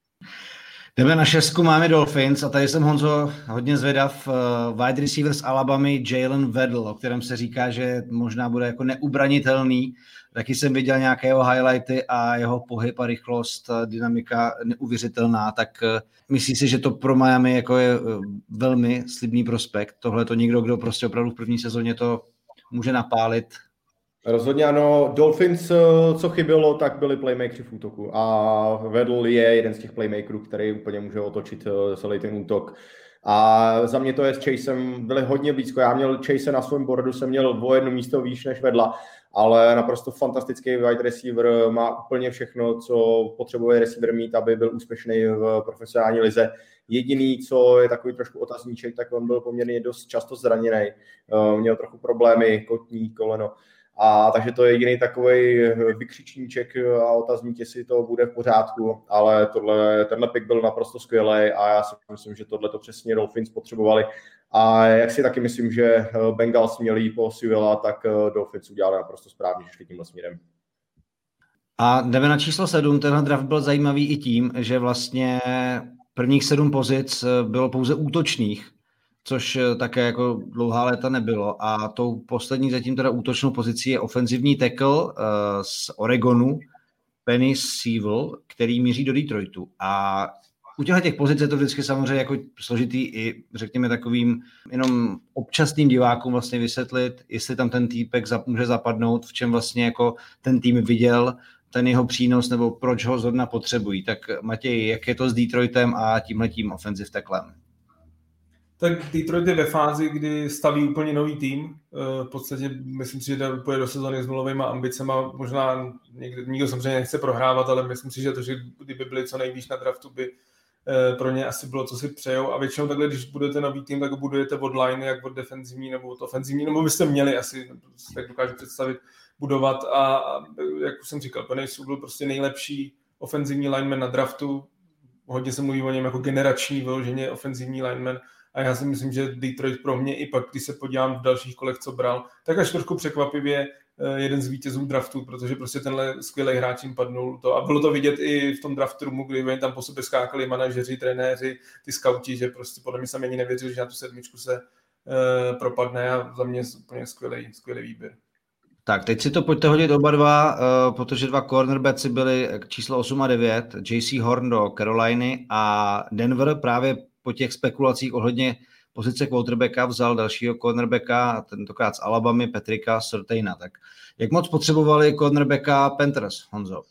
Jdeme na šestku, máme Dolphins a tady jsem, Honzo, hodně zvědav. Uh, wide receiver z Alabamy Jalen Waddle, o kterém se říká, že možná bude jako neubranitelný. Taky jsem viděl nějaké jeho highlighty a jeho pohyb a rychlost, dynamika neuvěřitelná, tak uh, myslíš si, že to pro Miami jako je uh, velmi slibný prospekt? Tohle to někdo, kdo prostě opravdu v první sezóně to může napálit? Rozhodně ano. Dolphins, co chybělo, tak byli playmakeri v útoku a Waddle je jeden z těch playmakerů, který úplně může otočit celý ten útok. A za mě to je s Chasem, byli hodně blízko. Já měl Chase na svém boardu, jsem měl o jedno místo výš než Waddla, ale naprosto fantastický wide receiver, má úplně všechno, co potřebuje receiver mít, aby byl úspěšný v profesionální lize. Jediný, co je takový trošku otazníček, tak on byl poměrně dost často zraněný. Měl trochu problémy, kotní, koleno. A takže to je jediný takový vykřičníček a otazník, jestli to bude v pořádku, ale tohle, tenhle pick byl naprosto skvělý a já si myslím, že tohle to přesně Dolphins potřebovali. A jak si taky myslím, že Bengals měli po Sewella, tak Dolphins udělali naprosto správně, že šli tímhle směrem. A jdeme na číslo sedm, tenhle draft byl zajímavý i tím, že vlastně prvních sedm pozic bylo pouze útočných, což také jako dlouhá léta nebylo. A tou poslední zatím teda útočnou pozicí je ofenzivní tackle uh, z Oregonu, Penny Sewell, který míří do Detroitu. A u těchto těch pozic je to vždycky samozřejmě jako složitý i, řekněme, takovým jenom občasným divákům vlastně vysvětlit, jestli tam ten týpek může zapadnout, v čem vlastně jako ten tým viděl ten jeho přínos, nebo proč ho zrovna potřebují. Tak Matěj, jak je to s Detroitem a tímhletím offensive tacklem? Tak Detroit je ve fázi, kdy staví úplně nový tým. V podstatě myslím si, že půjde do sezóny s nulovými ambicema. Možná někdo, nikdo samozřejmě nechce prohrávat, ale myslím si, že to, že kdyby byli co nejvíc na draftu, by pro ně asi bylo, co si přejou. A většinou takhle, když budete nový tým, tak budujete od line, jak od defenzivní nebo od ofenzivní, nebo byste měli asi, tak dokážu představit, budovat. A jak už jsem říkal, Penny Sewell byl prostě nejlepší ofenzivní lineman na draftu. Hodně se mluví o něm jako generační vyloženě ofenzivní lineman. A já si myslím, že Detroit pro mě i pak, když se podívám v dalších kolech, co bral, tak až trošku překvapivě jeden z vítězů draftu, protože prostě tenhle skvělý hráč jim padnul to. A bylo to vidět i v tom draft roomu, kdy oni tam po sobě skákali manažeři, trenéři, ty skauti, že prostě podle mě jsem ani nevěřil, že na tu sedmičku se propadne a za mě úplně skvělý, skvělý výběr. Tak, teď si to pojďte hodit oba dva, uh, protože dva cornerbacki byly číslo osm a devět, J C Horn do Caroliny a Denver právě po těch spekulacích ohledně pozice quarterbacka vzal dalšího cornerbacka, tentokrát z Alabamy, Patricka Surtaina. Tak jak moc potřebovali cornerbacka Panthers, Honzo?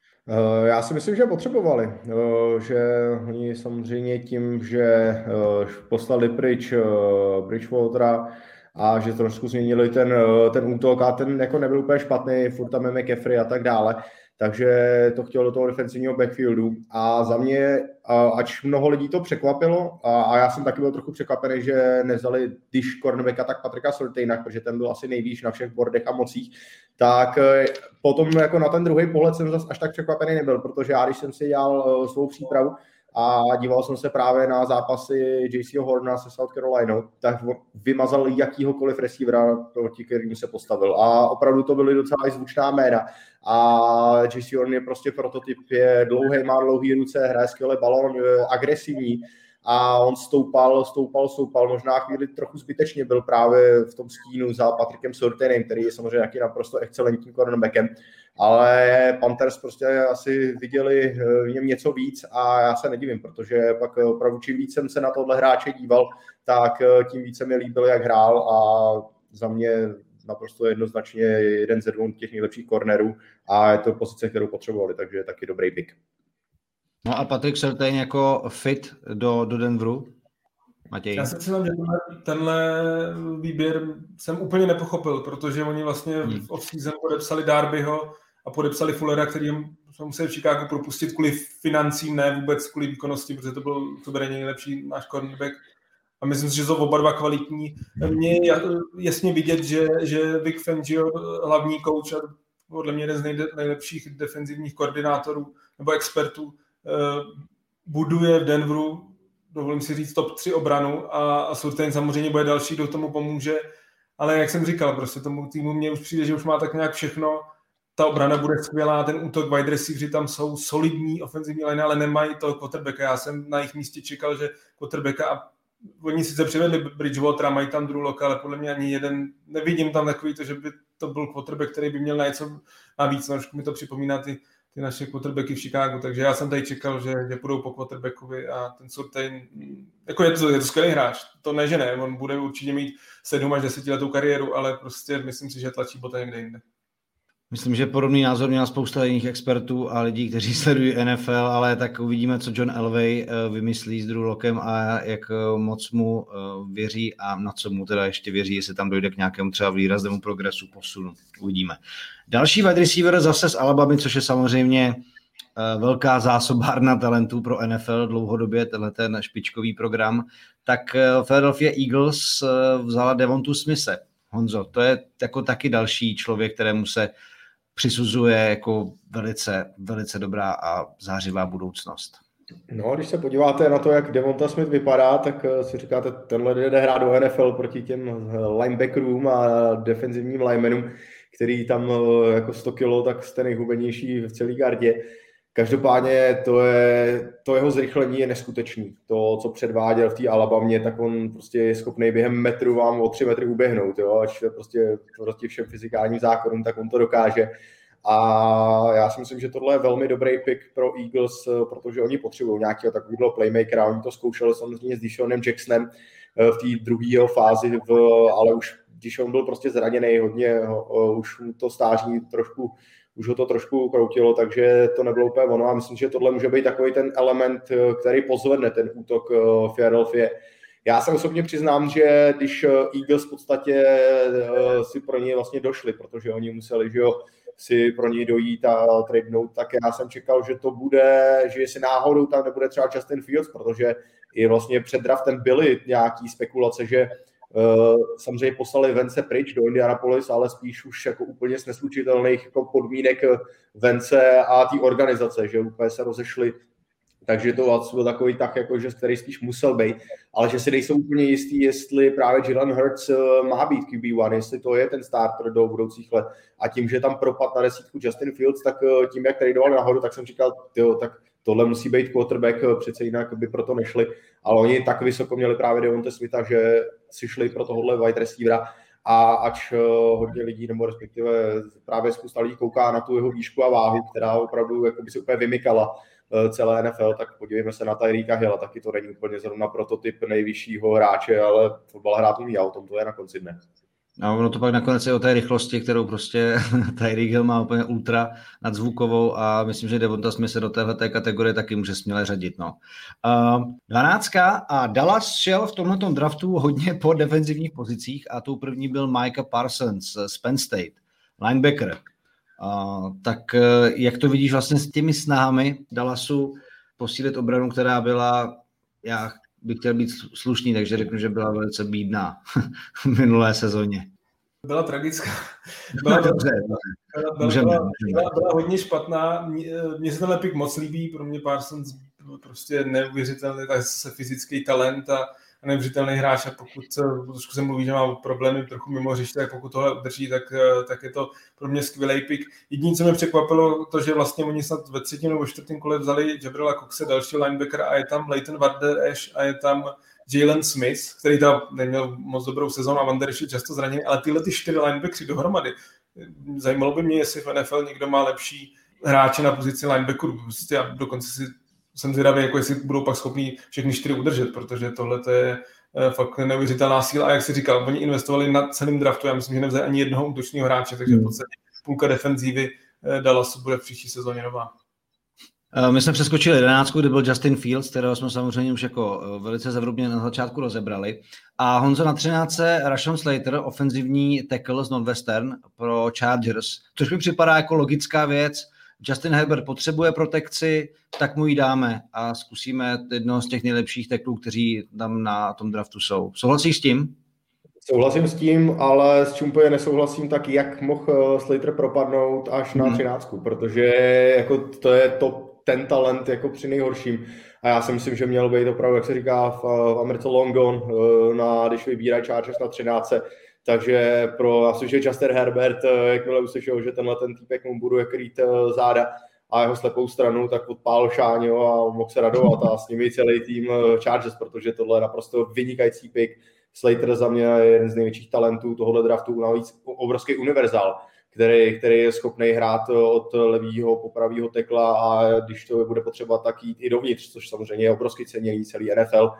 Uh, já si myslím, že potřebovali, uh, že oni samozřejmě tím, že uh, poslali pryč uh, Bridgewatera a že trošku změnili ten, ten útok a ten jako nebyl úplně špatný, furt tam je McCaffrey a tak dále, takže to chtělo do toho defenzivního backfieldu a za mě, ač mnoho lidí to překvapilo a, a já jsem taky byl trochu překvapený, že nevzali když cornerbacka, tak Patricka Surtaina, protože ten byl asi nejvíc na všech bordech a mocích, tak potom jako na ten druhý pohled jsem zase až tak překvapený nebyl, protože já když jsem si dělal svou přípravu a díval jsem se právě na zápasy J C Horna se South Carolinou, tak vymazal jakýhokoliv receivera, proti kterým se postavil. A opravdu to byly docela i zvučná jména. A J C Horn je prostě prototyp, je dlouhý, má dlouhý ruce, hraje skvěle balón, agresivní. A on stoupal, stoupal, stoupal, možná chvíli trochu zbytečně byl právě v tom stínu za Patrickem Surtainem, který je samozřejmě jaký naprosto excelentním cornerbackem, ale Panthers prostě asi viděli v něm něco víc a já se nedivím, protože pak opravdu čím víc jsem se na tohle hráče díval, tak tím více mi líbil, jak hrál a za mě naprosto jednoznačně jeden ze dvou těch nejlepších cornerů a je to pozice, kterou potřebovali, takže je taky dobrý pick. No a Patrick Surtain jako fit do, do Denveru? Matěj? Já se přiznám, že tenhle, tenhle výběr jsem úplně nepochopil, protože oni vlastně hmm. v off-season podepsali Darbyho a podepsali Fullera, který jsme museli v Chicagu propustit kvůli financím, ne vůbec kvůli výkonnosti, protože to byl suverénně nejlepší náš cornerback. A myslím si, že jsou oba dva kvalitní. Mně je jasně vidět, že, že Vic Fangio, hlavní coach a podle mě jeden z nejde, nejlepších defenzivních koordinátorů nebo expertů, buduje v Denveru, dovolím si říct, top tři obranu a, a Surtain samozřejmě bude další, kdo tomu pomůže, ale jak jsem říkal, prostě tomu týmu mně už přijde, že už má tak nějak všechno, ta obrana bude skvělá, ten útok, wide receiveri tam jsou solidní ofenzivní line, ale nemají toho quarterbacka. Já jsem na jejich místě čekal, že quarterbacka a oni sice přivedli Bridgewatera, mají tam Drew Locka, ale podle mě ani jeden, nevidím tam takový to, že by to byl quarterback, který by měl na něco navíc, no, mi to připomíná ty ty naše quarterbacky v Chicagu, takže já jsem tady čekal, že, že půjdou po quarterbackovi a ten Surtain, jako je to, je to skvělý hráč, to ne, že ne, on bude určitě mít sedm až deset letou kariéru, ale prostě myslím si, že tlačí bota někde jinde. Myslím, že podobný názor měla spousta jiných expertů a lidí, kteří sledují N F L, ale tak uvidíme, co John Elway vymyslí s Drew Lockem a jak moc mu věří a na co mu teda ještě věří, jestli tam dojde k nějakému třeba výraznému progresu, posunu. Uvidíme. Další wide receiver zase z Alabamy, což je samozřejmě velká zásobárna talentů pro N F L dlouhodobě, tenhle ten špičkový program, tak Philadelphia Eagles vzala Devontu Smithe. Honzo, to je jako taky další člověk, kterému se přisuzuje jako velice, velice dobrá a zářivá budoucnost. No, když se podíváte na to, jak Devonta Smith vypadá, tak si říkáte, tenhle jde hrát do N F L proti těm linebackerům a defenzivním linemenům, který tam jako sto kilo, tak jste nejhubenější v celé gardě. Každopádně to, je, to jeho zrychlení je neskutečný. To, co předváděl v té Alabamě, tak on prostě je schopný během metru vám o tři metry uběhnout. Jo? Až je prostě proti všem fyzikálním zákonům, tak on to dokáže. A já si myslím, že tohle je velmi dobrý pick pro Eagles, protože oni potřebují nějakého takového playmakera. Oni to zkoušeli samozřejmě s Deshanem Jacksonem v té druhé fázi, v, ale už když on byl prostě zraněný hodně, už mu to stáří trošku už ho to trošku kroutilo, takže to nebylo úplně ono a myslím, že tohle může být takový ten element, který pozvedne ten útok Philadelphia. Já se osobně přiznám, že když Eagles v podstatě si pro něj vlastně došli, protože oni museli, že jo, si pro něj dojít a tradenout, tak já jsem čekal, že to bude, že jestli náhodou tam nebude třeba Justin Fields, protože i vlastně před draftem byly nějaký spekulace, že Uh, samozřejmě poslali Vence pryč do Indianapolis, ale spíš už jako úplně z neslučitelných jako podmínek Vence a té organizace, že úplně se rozešli, takže to byl takový tak, jako, že který spíš musel být, ale že si nejsou úplně jistý, jestli právě Jalen Hurts má být Q B jedna, jestli to je ten starter do budoucích let a tím, že tam propad na desítku Justin Fields, tak tím, jak tradoval nahoru, tak jsem říkal, tyjo, tak tohle musí být quarterback, přece jinak by proto nešli, ale oni tak vysoko měli právě Devonte Smitha, že si šli pro tohohle wide receivera a ač hodně lidí, nebo respektive právě spousta lidí kouká na tu jeho výšku a váhu, která opravdu jako by se úplně vymykala celé N F L, tak podívejme se na Tyreeka Hilla, taky to není úplně zrovna prototyp nejvyššího hráče, ale fotbal hrát umí a o tom to je na konci dne. A ono to pak nakonec je o té rychlosti, kterou prostě Tyreek Hill má úplně ultra nadzvukovou a myslím, že Devonta Smith se do téhleté kategorie taky může směle řadit. No. Uh, dvanáctka a Dallas šel v tomhletom draftu hodně po defenzivních pozicích a tou první byl Micah Parsons z Penn State, linebacker. Uh, tak uh, jak to vidíš vlastně s těmi snahami Dallasu posílit obranu, která byla, já bych chtěl být slušný, takže řeknu, že byla velice bídná v minulé sezóně. Byla tragická. Byla, dobře, byla, byla, můžeme, byla, byla, byla hodně špatná. Mně se ten pick moc líbí, pro mě Parsons byl prostě neuvěřitelný, tak se fyzický talent a neuvěřitelný hráč a pokud trošku se mluví, že má problémy trochu mimo hřiště, tak pokud tohle udrží, tak, tak je to pro mě skvělý pick. Jediné, co mě překvapilo, to, že vlastně oni snad ve třetím nebo čtvrtém kole vzali Jabrila Coxe, další linebacker a je tam Leighton Vander Esch a je tam Jalen Smith, který tam neměl moc dobrou sezónu a Vander Esch je často zraněný, ale tyhle ty čtyři linebackeri dohromady. Zajímalo by mě, jestli v N F L někdo má lepší hráče na pozici linebackerů. Prostě já dokonce si jsem zvědavý, jako jestli budou pak schopní všechny čtyři udržet, protože tohle je fakt neuvěřitelná síla a jak jsi říkal, oni investovali na celém draftu, já myslím, že nevzali ani jednoho útočného hráče, takže v podstatě půlka defenzívy Dallasu bude v příští sezóně nová. My jsme přeskočili jedenáctku, kde byl Justin Fields, kterého jsme samozřejmě už jako velice zevrubně na začátku rozebrali. A Honzo na třináctce Rashawn Slater, ofenzivní tackle z Northwestern pro Chargers, což mi připadá jako logická věc. Justin Herbert potřebuje protekci, tak mu ji dáme a zkusíme jednoho z těch nejlepších tacklů, kteří tam na tom draftu jsou. Souhlasíš s tím? Souhlasím s tím, ale s čím úplně nesouhlasím, tak jak mohl Slater propadnout až na třináctku, hmm. protože jako to je top ten talent jako při nejhorším. A já si myslím, že měl být opravdu, jak se říká v, v Americe long gone, na, když vybírají Chargers na třináctce. Takže pro, já si že Justin Herbert, jakmile uslyšel, že tenhle ten týpek mu buduje krýt záda a jeho slepou stranu, tak odpál Šáňo a mohl se radovat a s nimi celý tým Chargers, protože tohle je naprosto vynikající pick. Slater za mě je jeden z největších talentů tohohle draftu, navíc obrovský univerzál, který, který je schopný hrát od levýho po pravýho tekla a když to bude potřeba, tak jít i dovnitř, což samozřejmě je obrovský ceněný celý N F L.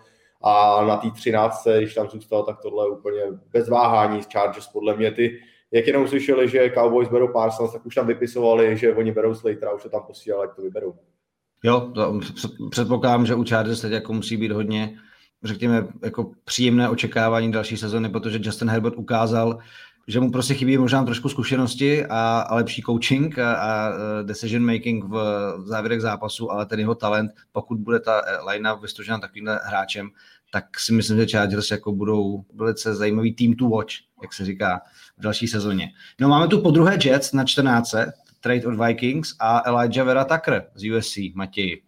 A na té třináctce, když tam zůstal, tak tohle je úplně bez váhání z Chargers. Podle mě ty, jak jenom slyšeli, že Cowboys berou Parsons, tak už tam vypisovali, že oni berou Slatera, už to tam posílali, jak to vyberou. Jo, to předpokládám, že u Chargers teď jako musí být hodně, řekněme, jako příjemné očekávání další sezony, protože Justin Herbert ukázal, že mu prostě chybí možná trošku zkušenosti a, a lepší coaching a, a decision making v, v závěrech zápasu, ale ten jeho talent, pokud bude ta linea vystužena takovýmhle hráčem, tak si myslím, že Chargers jako budou velice zajímavý team to watch, jak se říká v další sezóně. No máme tu podruhé Jets na čtrnáctce, trade od Vikings a Elijah Vera Tucker z U S C, Matěj.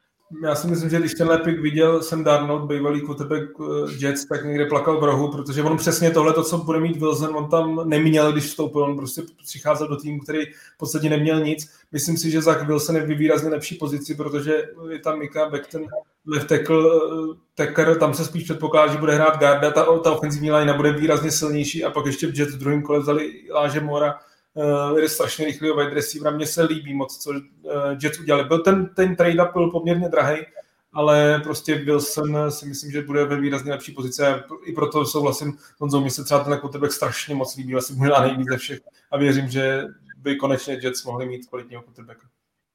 Já si myslím, že když tenhle pick viděl Sam Darnold, bývalý quarterback Jets, tak někde plakal v rohu, protože on přesně tohle, to, co bude mít Wilson, on tam neměl, když vstoupil, on prostě přicházel do týmu, který v podstatě neměl nic. Myslím si, že Zach Wilson je v výrazně lepší pozici, protože je tam Mika Becton, left tackle, tacker, tam se spíš předpokládá, že bude hrát guarda, ta, ta ofenzivní line bude výrazně silnější a pak ještě v Jets v druhém kole vzali Elijah Moora, Uh, je strašně rychlý wide receiver. Mně se líbí moc, co uh, Jets udělali. Byl ten, ten trade-up byl poměrně drahý, ale prostě Wilson si myslím, že bude ve výrazně lepší pozici a i proto souhlasím s Honzou, mi se třeba ten quarterback strašně moc líbí, asi možná nejvíc ze všech a věřím, že by konečně Jets mohli mít kvalitního quarterbacka.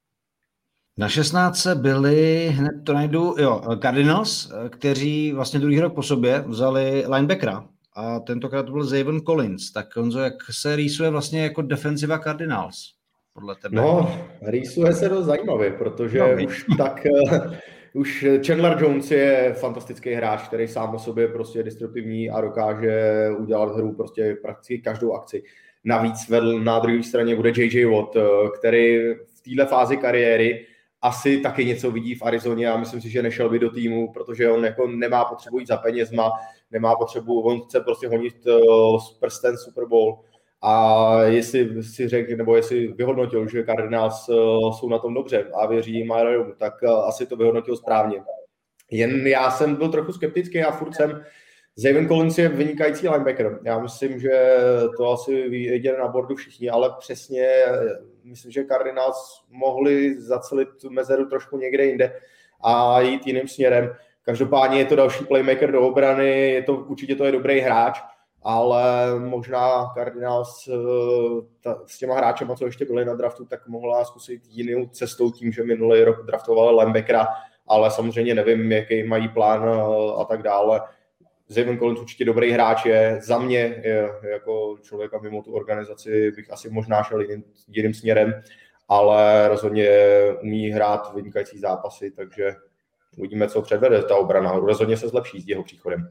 Na šestnáctce byli, hned to najdu, jo, Cardinals, kteří vlastně druhý rok po sobě vzali linebackera. A tentokrát to byl Zaven Collins. Tak Honzo, jak se rýsuje vlastně jako defensiva Cardinals? Podle tebe? No, rýsuje se dost zajímavě, protože no, už tak... Už Chandler Jones je fantastický hráč, který sám o sobě prostě je destruktivní a dokáže udělat hru prostě prakticky každou akci. Navíc vedl na druhé straně bude J J Watt, který v téhle fázi kariéry asi taky něco vidí v Arizoně a myslím si, že nešel by do týmu, protože on jako nemá potřebu jít za penězma, nemá potřebu, on chce prostě honit uh, prsten Super Bowl A jestli si řekl, nebo jestli vyhodnotil, že Cardinals jsou na tom dobře a věří Majerovi, tak asi to vyhodnotil správně. Jen já jsem byl trochu skeptický a furt jsem, Zaven Collins je vynikající linebacker. Já myslím, že to asi viděli na bordu všichni, ale přesně myslím, že Cardinals mohli zacelit tu mezeru trošku někde jinde a jít jiným směrem. Každopádně je to další playmaker do obrany, je to, určitě to je dobrý hráč, ale možná Cardinals ta, s těma hráčema, co ještě byli na draftu, tak mohla zkusit jinou cestou tím, že minulý rok draftovali linebackera, ale samozřejmě nevím, jaký mají plán a tak dále. Zaven Collins určitě dobrý hráč je. Za mě je, jako člověka mimo tu organizaci bych asi možná šel jiným, jiným směrem, ale rozhodně umí hrát vynikající zápasy, takže uvidíme, co předvede ta obrana. Rozhodně se zlepší s jeho příchodem.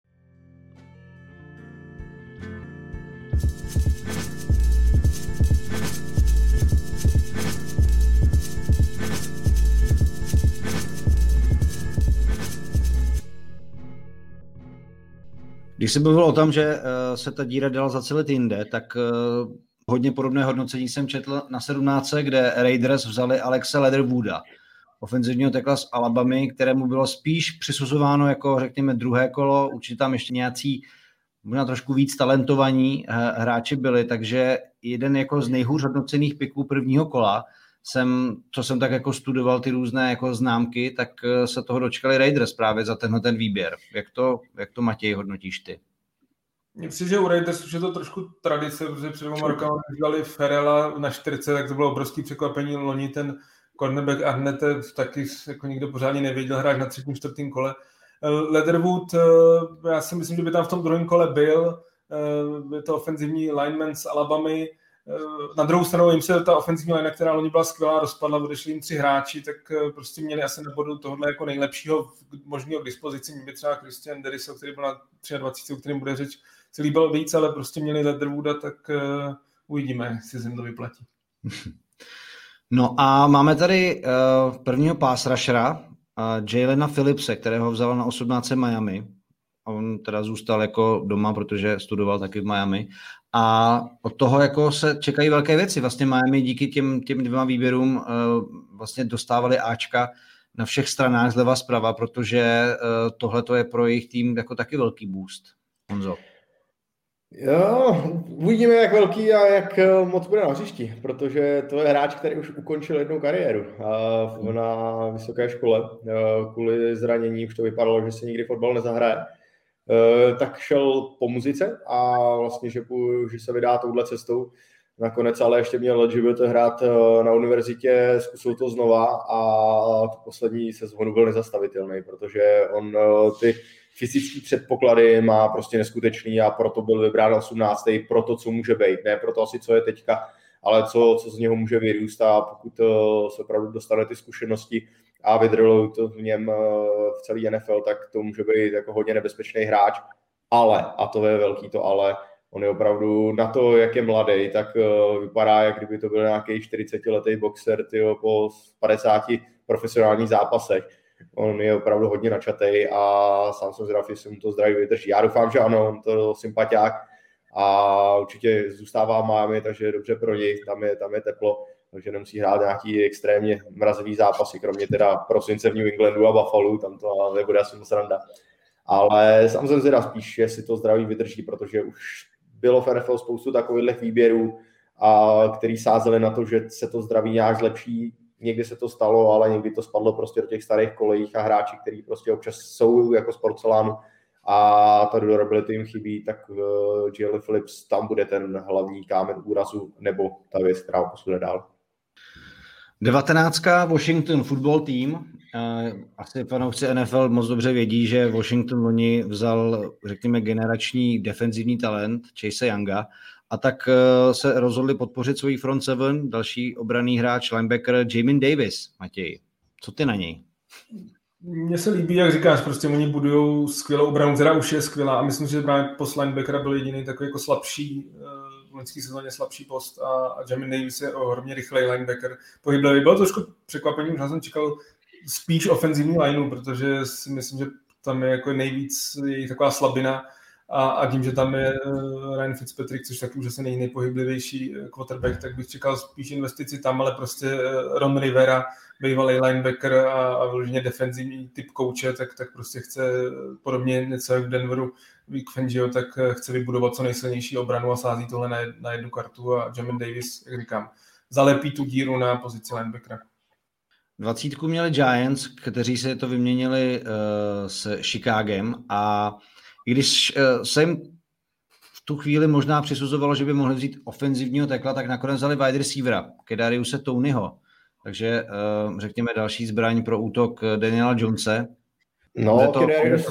Když se mluvil o tom, že se ta díra dala zacelit jinde, tak hodně podobné hodnocení jsem četl na sedmnáctce, kde Raiders vzali Alexe Leatherwooda, ofenzivního tekla z Alabamy, kterému bylo spíš přisuzováno jako, řekněme, druhé kolo. Určitě tam ještě nějací možná trošku víc talentovaní hráči byli, takže jeden jako z nejhůř hodnocených piků prvního kola jsem, co jsem tak jako studoval ty různé jako známky, tak se toho dočkali Raiders právě za tenhle ten výběr. Jak to, jak to Matěj hodnotíš ty? Mně přijde, že u Raiders už je to trošku tradice, protože před dvěma rokama dali Ferrella na čtyřce, tak to bylo obrovský překvapení. Loni ten cornerback Arnette taky jako nikdo pořádně nevěděl hrát na třetím, čtvrtém kole. Leatherwood, já si myslím, že by tam v tom druhém kole byl. Je to ofenzivní lineman z Alabamy. Na druhou stranu jim se ta ofenzivní line, která loni byla skvělá, rozpadla, odešli jim tři hráči, tak prostě měli asi na bodu tohle jako nejlepšího možného k dispozici. Mě by třeba Christian Deriso, který byl na dvacet tři, o kterém bude řeč, se líbil víc, ale prostě měli Leatherwooda, tak uh, uvidíme, jestli se jim to vyplatí. No a máme tady uh, prvního pass rushera, uh, Jalena Phillipse, kterého vzal na osmnáctce Miami. On teda zůstal jako doma, protože studoval taky v Miami. A od toho jako se čekají velké věci. Vlastně Miami díky těm, těm dvěma výběrům uh, vlastně dostávali Ačka na všech stranách zleva zprava, protože uh, tohle je pro jejich tým jako taky velký boost. Honzo. Jo, uvidíme, jak velký a jak moc bude na hřišti, protože to je hráč, který už ukončil jednu kariéru uh, na vysoké škole. Uh, kvůli zranění už to vypadalo, že se nikdy fotbal nezahraje. Uh, tak šel po muzice a vlastně, že, že se vydá touhle cestou. Nakonec ale ještě měl L G B T hrát uh, na univerzitě, zkusil to znova a tu poslední sezónu byl nezastavitelný, protože on uh, ty fyzické předpoklady má prostě neskutečný a proto byl vybrán osmnáctý pro to, co může být. Ne pro to asi, co je teďka, ale co, co z něho může vyrůst a pokud uh, se opravdu dostane ty zkušenosti a vydrolují to v něm v celý N F L, tak to může být jako hodně nebezpečný hráč. Ale, a to je velký to ale, on je opravdu na to, jak je mladý, tak vypadá, jak kdyby to byl nějaký čtyřicetiletý boxer tyjo, po padesáti profesionálních zápasech. On je opravdu hodně načatej a sám jsem zvědav, jestli mu to zdraví vydrží. Já doufám, že ano, on to sympatiák a určitě zůstává v Miami, takže je dobře pro něj, tam je, tam je teplo. Takže nemusí hrát nějaký extrémně mrazivý zápasy, kromě teda prosince v New Englandu a Buffalo, tam to nebude asi moc randa. Ale sám jsem zvědav spíš, jestli to zdraví vydrží, protože už bylo v N F L spoustu takových výběrů, a který sázeli na to, že se to zdraví nějak zlepší. Někdy se to stalo, ale někdy to spadlo prostě do těch starých kolejích a hráči, kteří prostě občas jsou jako z porcelánu a ta durability jim chybí, tak uh, Jalen Phillips tam bude ten hlavní kámen úrazu nebo ta věc, která ho posune dál. devatenáctka Washington Football Team. Asi fanoušci N F L moc dobře vědí, že Washington loni vzal, řekněme, generační defenzivní talent Chase Younga a tak se rozhodli podpořit svůj front seven, další obranný hráč, linebacker Jamin Davis. Matěj, co ty na něj? Mně se líbí, jak říkáš, prostě oni budujou skvělou obranu, která už je skvělá a myslím, že právě post linebackera byl jediný takový jako slabší, v loňské sezóně slabší post a, a Jamin Davis je ohromně rychlej linebacker, pohyblivý. Bylo trošku překvapení, už jsem čekal spíš ofenzivní lineu, protože si myslím, že tam je jako nejvíc je taková slabina A, a tím, že tam je Ryan Fitzpatrick, což taky už asi není nejpohyblivější quarterback, tak bych čekal spíš investici tam, ale prostě Ron Rivera, bývalý linebacker a, a vyloženě defenzivní typ kouče, tak, tak prostě chce podobně něco jak v Denveru Vic Fangio, tak chce vybudovat co nejsilnější obranu a sází tohle na, na jednu kartu a Jamin Davis, jak říkám, zalepí tu díru na pozici linebackera. Dvacítku měli Giants, kteří se to vyměnili uh, s Chicagem a i když uh, se jim v tu chvíli možná přisuzovalo, že by mohli vzít ofenzivního tekla, tak nakonec vzali wide receivera, Kadariuse Toneyho. Takže uh, řekněme další zbraň pro útok Daniela Jonese. No, Kadarius...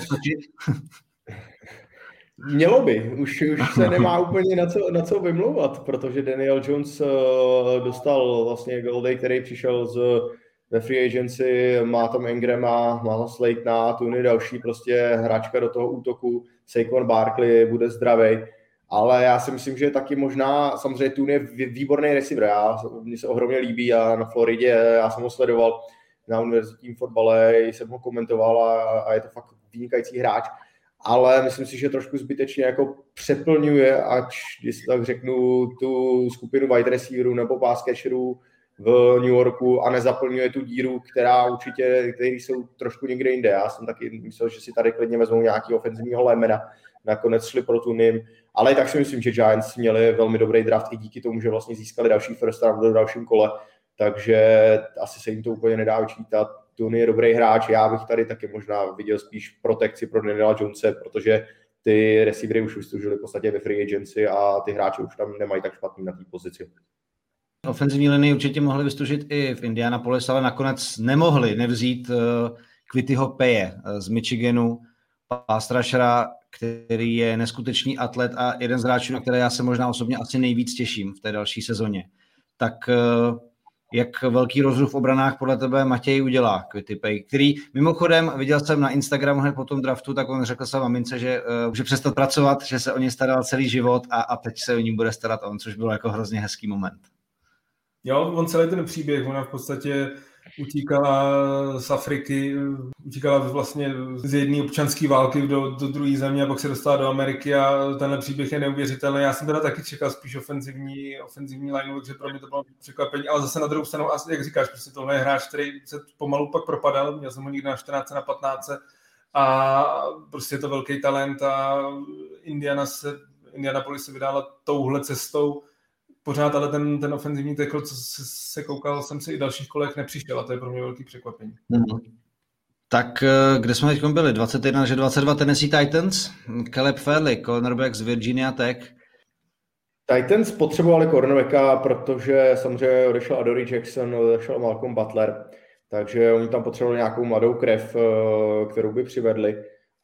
Mělo by, už, už se nemá úplně na co, na co vymlouvat, protože Daniel Jones uh, dostal vlastně Goldej, který přišel z ve free agency, má tam Ingrama, má tam Slaytona, Toney další prostě hráčka do toho útoku, Saquon Barkley bude zdravej, ale já si myslím, že taky možná, samozřejmě Toney je výborný receiver, já, mně se ohromně líbí a na Floridě, já jsem ho sledoval na univerzitním fotbale, jsem ho komentoval a, a je to fakt vynikající hráč, ale myslím si, že trošku zbytečně jako přeplňuje, ať, když tak řeknu, tu skupinu wide receiverů nebo pass catcherů v New Yorku a nezaplňuje tu díru, která určitě, který jsou trošku někde jinde. Já jsem taky myslel, že si tady klidně vezmou nějaký ofenzivního lemena, nakonec šli pro Tunim, ale i tak si myslím, že Giants měli velmi dobrý draft i díky tomu, že vlastně získali další first round v dalším kole, takže asi se jim to úplně nedá vyčítat. Toney je dobrý hráč, já bych tady taky možná viděl spíš protekci pro Daniela Jonese, protože ty receivery už vystužili v podstatě ve free agency a ty hráči už tam nemají tak špatný na té pozici. Ofenzivní linii určitě mohli vystužit i v Indianapolis, ale nakonec nemohli nevzít uh, Quittyho Paye z Michiganu, pass rushera, který je neskutečný atlet a jeden z hráčů, na které já se možná osobně asi nejvíc těším v té další sezóně. Tak uh, jak velký rozruch v obranách podle tebe Matěj udělá Quitty Paye, který mimochodem viděl jsem na Instagramu hned po tom draftu, tak on řekl své mamince, že uh, může přestat pracovat, že se o něj staral celý život a, a teď se o ní bude starat on, což bylo jako hrozně hezký moment. Jo, on celý ten příběh, ona v podstatě utíkala z Afriky, utíkala vlastně z jedné občanské války do, do druhé země a pak se dostala do Ameriky a tenhle příběh je neuvěřitelný. Já jsem teda taky čekal spíš ofenzivní, ofenzivní line, takže pro mě to bylo překvapení, ale zase na druhou stranu, jak říkáš, prostě tohle je hráč, který se pomalu pak propadal, měl jsem ho někdy na čtrnáct na patnáct a prostě je to velký talent a Indiana se, Indianapolis se vydala touhle cestou. Pořád ale ten, ten ofenzivní tackle, co se koukal, jsem si i dalších kolech nepřišel a to je pro mě velký překvapení. Mm. Tak kde jsme teď byli? dvacet jedna že dvacet dva Tennessee Titans, Caleb Farley, cornerback z Virginia Tech. Titans potřebovali cornerbacka, protože samozřejmě odešel Adoree Jackson, odešel Malcolm Butler, takže oni tam potřebovali nějakou mladou krev, kterou by přivedli.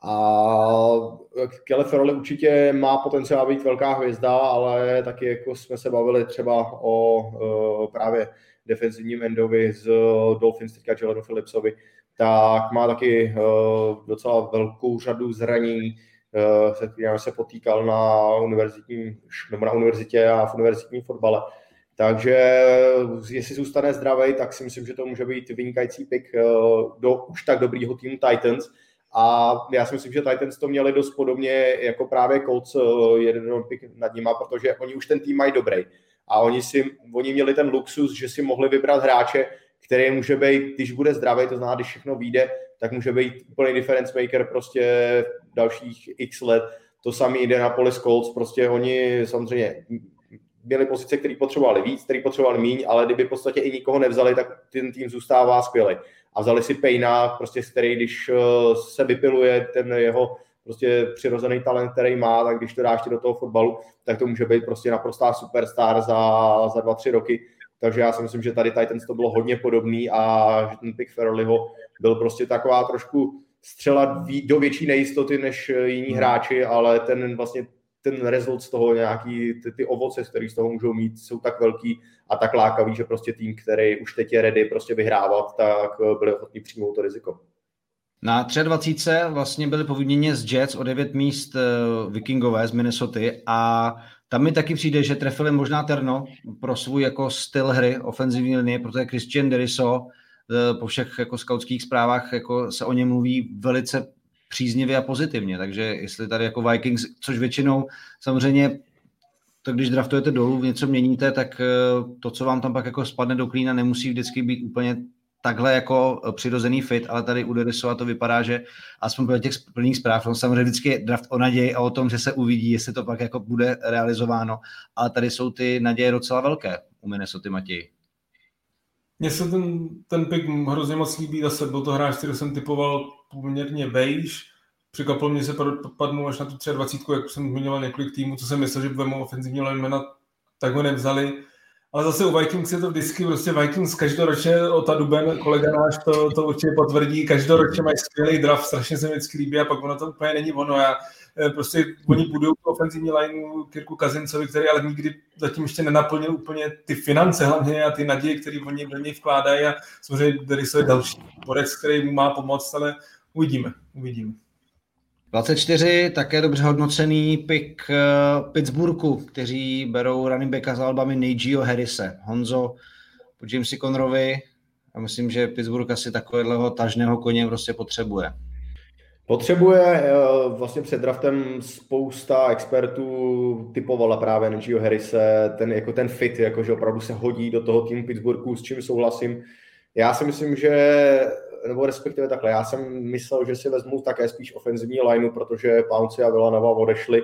A Caleb Farley určitě má potenciál být velká hvězda, ale taky jako jsme se bavili třeba o uh, právě defenzivním endovi z Dolphins, teďka Jelenu Phillipsovi, tak má taky uh, docela velkou řadu zranění, uh, se kterými se potýkal na univerzitním, nebo na univerzitě a v univerzitním fotbale. Takže jestli zůstane zdravý, tak si myslím, že to může být vynikající pick uh, do už tak dobrýho týmu Titans. A já si myslím, že Titans to měli dost podobně jako právě Colts jeden pick nad nima, protože oni už ten tým mají dobrý. A oni, si, oni měli ten luxus, že si mohli vybrat hráče, který může být, když bude zdravý, to znamená, když všechno vyjde, tak může být úplný difference maker prostě dalších x let. To samý Indianapolis Colts, prostě oni samozřejmě měli pozice, které potřebovali víc, které potřebovali míň, ale kdyby v podstatě i nikoho nevzali, tak ten tým zůstává skvělý. A vzali si Payna, prostě, který když se vypiluje ten jeho prostě přirozený talent, který má, tak když to dáš do toho fotbalu, tak to může být prostě naprostá superstar za, za dva, tři roky. Takže já si myslím, že tady Titans to bylo hodně podobný a že ten pick Farleyho byl prostě taková trošku střela do větší nejistoty než jiní hráči, ale ten vlastně ten result z toho, nějaký ty, ty ovoce, které z toho můžou mít, jsou tak velký a tak lákavý, že prostě tým, který už teď je ready prostě vyhrávat, tak byli ochotní přijmout to riziko. Na dvacet tři vlastně byli po výměně z Jets o devět míst Vikingové z Minnesoty a tam mi taky přijde, že trefili možná terno pro svůj jako styl hry ofenzivní linie, protože Christian Deriso po všech jako skautských zprávách jako se o něm mluví velice příznivě a pozitivně, takže jestli tady jako Vikings, což většinou samozřejmě to, když draftujete dolů, něco měníte, tak to, co vám tam pak jako spadne do klína, nemusí vždycky být úplně takhle jako přirozený fit, ale tady u Derisova to vypadá, že aspoň podle těch plných zpráv, on samozřejmě vždycky je draft o naději a o tom, že se uvidí, jestli to pak jako bude realizováno, ale tady jsou ty naděje docela velké u Minnesota, Matěji. Mně se ten, ten pick hrozně moc líbí, zase byl to hráč, který jsem typoval poměrně vejš, překvapil mě se padnul až na tu dvacet tři, jak jsem zmiňoval několik týmů, co jsem myslel, že budeme ofenzivní linemana, tak ho nevzali. Ale zase u Vikings je to vždycky, prostě Vikings každoročně, Ota Duben, kolega náš to, to určitě potvrdí, každoročně mají skvělý draft, strašně se mi vždycky líbí a pak ono to úplně není ono. Já, prostě oni budují tu ofenzivní lineu Kirku Cousinsovi, který ale nikdy zatím ještě nenaplnil úplně ty finance hlavně a ty naděje, které oni do něj vkládají a samozřejmě Deriso je další borec, který mu má pomoct, ale uvidíme, uvidíme. dvacet čtyři, také dobře hodnocený pick uh, Pittsburghu, kteří berou running backa z Alabamy Najee Harrise. Honzo, po Jamesi Connerovi, a myslím, že Pittsburgh asi takového tažného koně prostě potřebuje. Potřebuje, vlastně před draftem spousta expertů typovala právě Najee Harrise, ten, jako ten fit, jako, že opravdu se hodí do toho týmu Pittsburghu, s čím souhlasím. Já si myslím, že nebo respektive takhle, já jsem myslel, že si vezmu také spíš ofenzivní lineu, protože Pouncey a Villanova odešli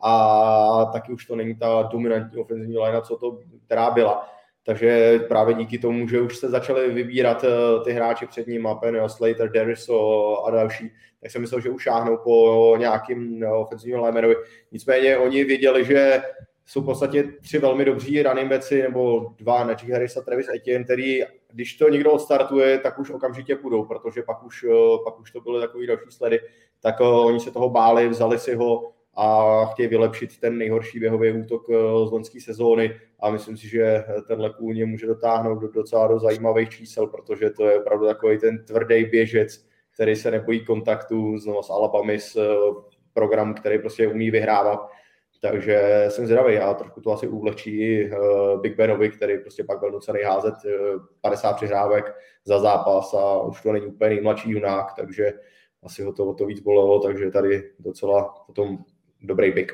a taky už to není ta dominantní ofenzivní linea, co to, která byla. Takže právě díky tomu, že už se začaly vybírat ty hráči před ním, Penny, Slater, Deriso a další, tak jsem myslel, že už šáhnou po nějakým ofenzivním linemanovi. Nicméně oni věděli, že jsou v podstatě tři velmi dobří running backi, nebo dva, Najee Harris a Travis Etienne, který, když to někdo odstartuje, tak už okamžitě půjdou, protože pak už, pak už to byly takový další sledy, tak uh, oni se toho báli, vzali si ho a chtějí vylepšit ten nejhorší běhový útok uh, z loňské sezóny a myslím si, že tenhle kůň může dotáhnout do docela do zajímavých čísel, protože to je opravdu takový ten tvrdý běžec, který se nebojí kontaktu znovu s Alabamy, s uh, programu, který prostě umí vyhrávat. Takže jsem zvědavý a trošku to asi ulehčí i uh, Big Benovi, který prostě pak byl nucený házet uh, padesát přihrávek za zápas a už to není úplně nejmladší junák, takže asi ho to, to víc bolelo, takže tady docela potom dobrý pick.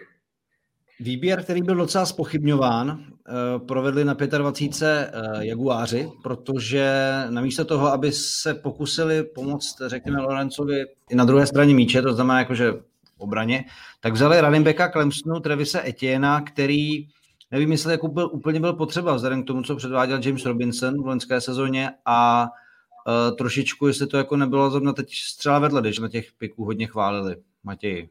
Výběr, který byl docela zpochybňován, provedli na dvacet pět Jaguáři, protože namísto toho, aby se pokusili pomoct, řekněme, Lorenzovi i na druhé straně míče, to znamená jakože obraně, tak vzali running backa Clemsonu Travise Etiennea, který nevím, jestli jako byl, úplně byl potřeba vzhledem k tomu, co předváděl James Robinson v loňské sezóně a uh, trošičku, jestli to jako nebylo zrovna teď střela vedle, když na těch piků hodně chválili. Matěji.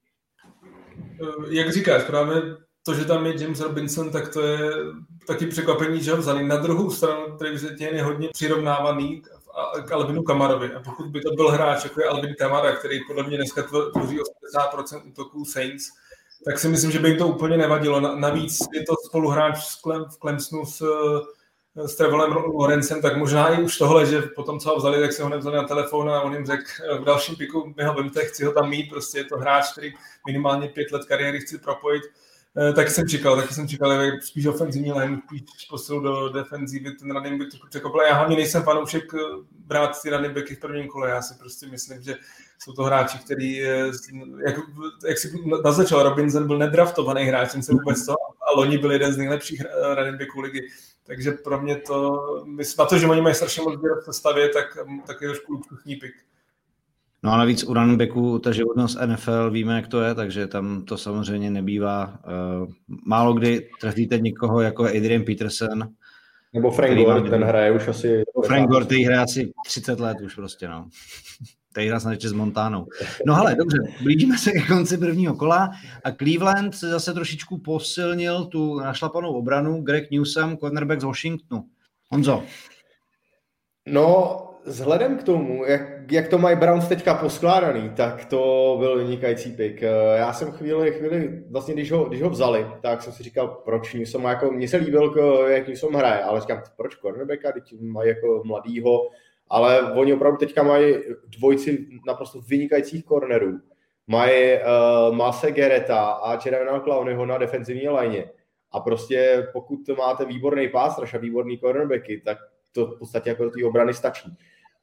Jak říkáš, právě to, že tam je James Robinson, tak to je taky překvapení, že ho vzali. Na druhou stranu Travis Etienne je hodně přirovnávaný k Alvinu Kamarovi. A pokud by to byl hráč, jako je Alvin Kamara, který podle mě dneska tvoří osmdesát procent útoků Saints, tak si myslím, že by jim to úplně nevadilo. Navíc je to spoluhráč v Clemsonu s, s Trevorem Lawrencem, tak možná i už tohle, že potom, co ho vzali, tak se ho nevzali na telefon a on jim řekl, v dalším piku mi ho vemte, chci ho tam mít, prostě je to hráč, který minimálně pět let kariéry chci propojit. Tak jsem čekal, taky jsem čekal, jak spíš ofenzivní line, spíš posil do defenzívy, ten running back trochu překopil. Já hlavně nejsem fanoušek brát ty running backy v prvním kole, já si prostě myslím, že jsou to hráči, který, jak, jak si naznačil, Robinson byl nedraftovaný hráč, jsem se vůbec to, a loni byl jeden z nejlepších running backů ligy. Takže pro mě to, na to, že oni mají strašně moc v sestavě, tak, tak je trošku luxusní pick. No a navíc u running backu ta životnost N F L víme, jak to je, takže tam to samozřejmě nebývá. Uh, málo kdy trefíte někoho jako Adrian Peterson. Nebo Frank Gore, ten hraje už asi... Frank Gore, který hraje asi třicet let už prostě, no. Tady hra snad ještě s Montánou. No hele, dobře, blížíme se ke konci prvního kola a Cleveland se zase trošičku posilnil tu našlapanou obranu. Greg Newsome, cornerback z Washingtonu. Honzo. No, vzhledem k tomu, jak, jak to mají Browns teďka poskládaný, tak to byl vynikající pick. Já jsem chvíli, chvíli vlastně když ho, když ho vzali, tak jsem si říkal, proč Newsome, jako mně se líbil, jak Newsome hraje, ale říkám, proč cornerbacka, teď mají jako mladýho, ale oni opravdu teďka mají dvojci naprosto vynikajících cornerů. Mají uh, Mase Garretta a Jeremiah Clowneyho na defenzivní lině. A prostě pokud máte výborný pass rush a výborný cornerbacky, tak to v podstatě jako do té obrany stačí.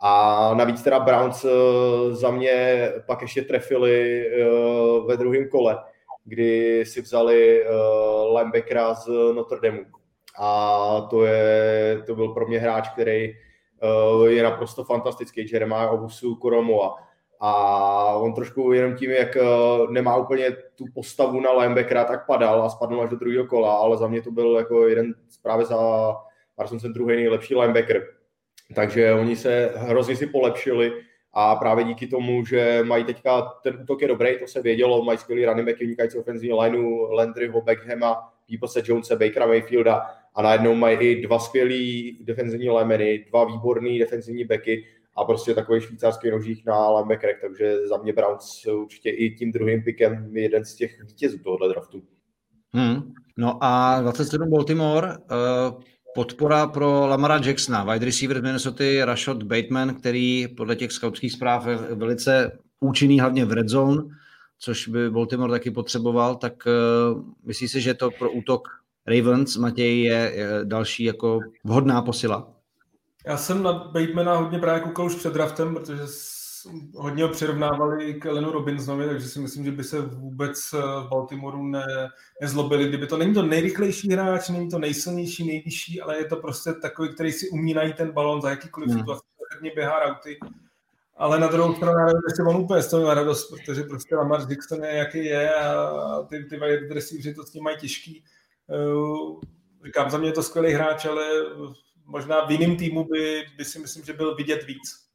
A navíc teda Browns za mě pak ještě trefili ve druhém kole, kdy si vzali linebackera z Notre Dame. A to, je, to byl pro mě hráč, který je naprosto fantastický, Jeremiah Owusu-Koramoah. A on trošku jenom tím, jak nemá úplně tu postavu na linebackera, tak padal a spadl až do druhého kola, ale za mě to byl jako jeden právě za Parsonsem druhý nejlepší linebacker. Takže oni se hrozně si polepšili a právě díky tomu, že mají teďka, ten útok je dobrý, to se vědělo, mají skvělý running backy, vynikající ofenzivní lineu, Landryho, Beckhama, Peoplese Jonese, Bakera Mayfielda a najednou mají i dva skvělý defenzivní linemeny, dva výborný defenzivní backy a prostě takový švýcarský nožík na linebackerech, takže za mě Browns určitě i tím druhým pikem je jeden z těch vítězů tohoto draftu. Hmm. No a dvacet sedm Baltimore, uh, podpora pro Lamara Jacksona, wide receiver z Minnesota, Rashad Bateman, který podle těch scoutských zpráv je velice účinný, hlavně v red zone, což by Baltimore taky potřeboval, tak uh, myslíš si, že to pro útok Ravens, Matěj, je, je další jako vhodná posila? Já jsem na Batemana hodně právě koukal už před draftem, protože hodně ho přirovnávali k Allenu Robinsonovi, takže si myslím, že by se vůbec v Baltimoreu ne, nezlobili. Kdyby to není to nejrychlejší hráč, není to nejsilnější, nejvyšší, ale je to prostě takový, který si umí najít ten balón za jakýkoliv hmm. situace, hodně běhá rauty. Ale na druhou stranu já nevím, jestli on úplně z toho má radost, protože prostě Lamar Jackson je, jaký je a ty, ty wide receiveři to s tím mají těžký. Uh, říkám, za mě je to skvělý hráč, ale možná v jiném týmu by, by si myslím, že byl vidět víc.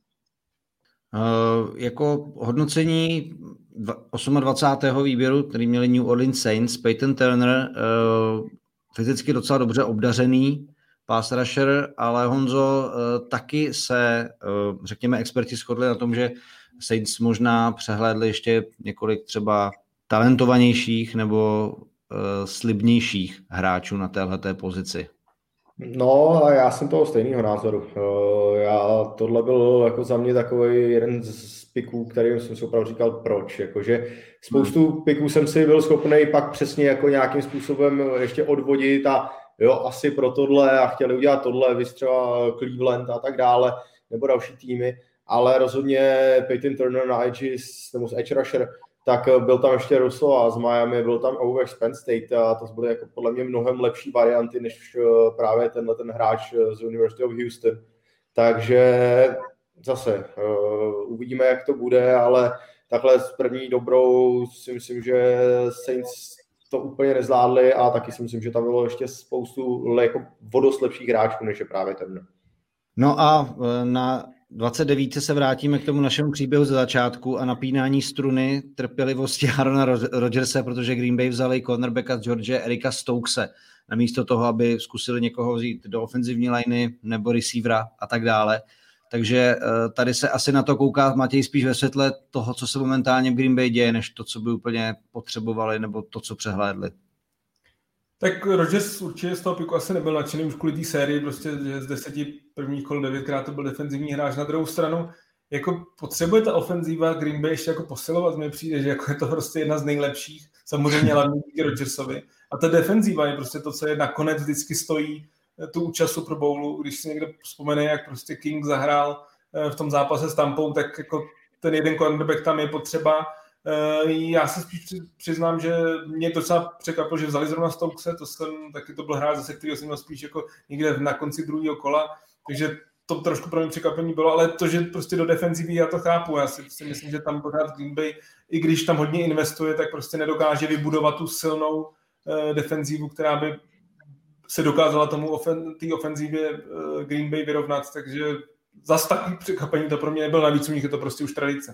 Uh, jako hodnocení dvacátého osmého výběru, který měli New Orleans Saints, Peyton Turner, uh, fyzicky docela dobře obdařený pass rusher, ale Honzo, uh, taky se, uh, řekněme, experti shodli na tom, že Saints možná přehlédli ještě několik třeba talentovanějších nebo uh, slibnějších hráčů na téhleté pozici. No a já jsem toho stejného názoru. Já, tohle byl jako za mě takový jeden z piků, kterým jsem si opravdu říkal proč. Jakože spoustu piků jsem si byl schopný pak přesně jako nějakým způsobem ještě odvodit a jo, asi pro tohle a chtěli udělat tohle, vystřela Cleveland a tak dále, nebo další týmy, ale rozhodně Peyton Turner na edge, nebo z edge rusher, tak byl tam ještě Russell z Miami, byl tam Owex Penn State a to byly jako podle mě mnohem lepší varianty, než právě tenhle ten hráč z University of Houston. Takže zase uh, uvidíme, jak to bude, ale takhle s první dobrou si myslím, že Saints to úplně nezvládli a taky si myslím, že tam bylo ještě spoustu jako vodost lepších hráčů, než je právě ten. No a na dvacet devět se vrátíme k tomu našemu příběhu ze začátku a napínání struny trpělivosti Aarona Rodgerse, protože Green Bay vzali cornerbacka z Georgie Erika Stokese, namísto toho, aby zkusili někoho vzít do ofenzivní liney nebo receivera a tak dále. Takže tady se asi na to kouká Matěj spíš ve světle toho, co se momentálně v Green Bay děje, než to, co by úplně potřebovali nebo to, co přehlédli. Tak Rodgers určitě z toho piku asi nebyl nadšený už kvůli té sérii, prostě že z deseti prvních kol devětkrát to byl defenzivní hráč. Na druhou stranu, jako potřebuje ta ofenzíva Green Bay ještě jako posilovat, mi přijde, že jako je to prostě jedna z nejlepších, samozřejmě hlavně díky Rodgersovi. A ta defenzíva je prostě to, co je nakonec vždycky stojí tu účast Super Bowlu. Když si někdo vzpomene, jak prostě King zahrál v tom zápase s Tampou, tak jako ten jeden cornerback tam je potřeba. Já se spíš přiznám, že mě docela překvapilo, že vzali zrovna Stokese, to jsem, taky to byl hráč zase, který jsem měl spíš jako někde na konci druhého kola, takže to trošku pro mě překvapení bylo, ale to, že prostě do defenzivy já to chápu, já si, si myslím, že tam pořád Green Bay, i když tam hodně investuje, tak prostě nedokáže vybudovat tu silnou uh, defenzivu, která by se dokázala tomu ofen, té ofenzivě uh, Green Bay vyrovnat, takže zas takový překvapení to pro mě nebylo, navíc u nich je to prostě už tradice.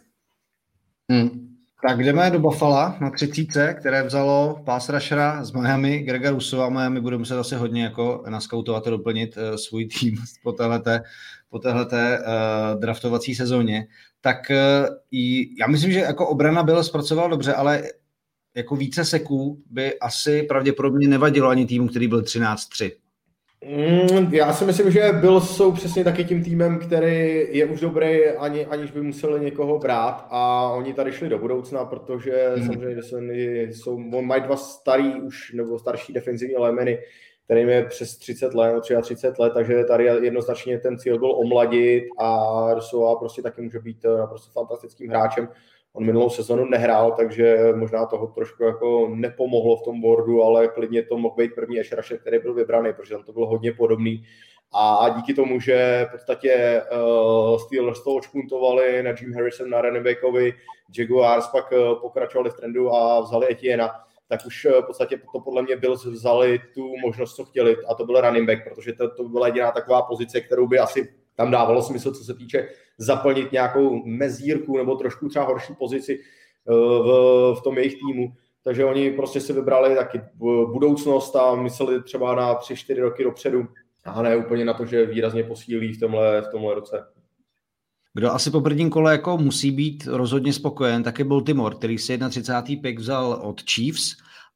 Hmm. Tak jdeme do Buffalo na třicítce, které vzalo pass rushera z Miami, Grega Russova. Miami bude muset asi hodně jako naskautovat a doplnit uh, svůj tým po téhleté, po téhleté uh, draftovací sezóně. Tak uh, i, já myslím, že jako obrana byla zpracovala dobře, ale jako více seků by asi pravděpodobně nevadilo ani týmu, který byl třináct tři. Mm, já si myslím, že Bills jsou přesně taky tím týmem, který je už dobrý, ani, aniž by museli někoho brát, a oni tady šli do budoucna, protože mm. samozřejmě jsou, mají dva starý už, nebo starší defenzivní lemeny, kterým je přes třicet let, třicet tři let, takže tady jednoznačně ten cíl byl omladit a Rosová prostě taky může být naprosto fantastickým hráčem. On minulou sezonu nehrál, takže možná toho trošku jako nepomohlo v tom boardu, ale klidně to mohl být první edge rusher, který byl vybraný, protože tam to bylo hodně podobný. A díky tomu, že v podstatě uh, Steelers to očpuntovali na Jim Harrison, na running backovi, Jaguars pak uh, pokračovali v trendu a vzali Etienne, tak už v podstatě to podle mě Bills vzali tu možnost, co chtěli, a to byl running back, protože to, to byla jediná taková pozice, kterou by asi tam dávalo smysl, co se týče zaplnit nějakou mezírku nebo trošku třeba horší pozici v, v tom jejich týmu. Takže oni prostě si vybrali taky budoucnost a mysleli třeba na tři čtyři roky dopředu a ne úplně na to, že výrazně posílí v tomhle, v tomhle roce. Kdo asi po prvním kole jako musí být rozhodně spokojen, tak je Baltimore, který si třicátý pick vzal od Chiefs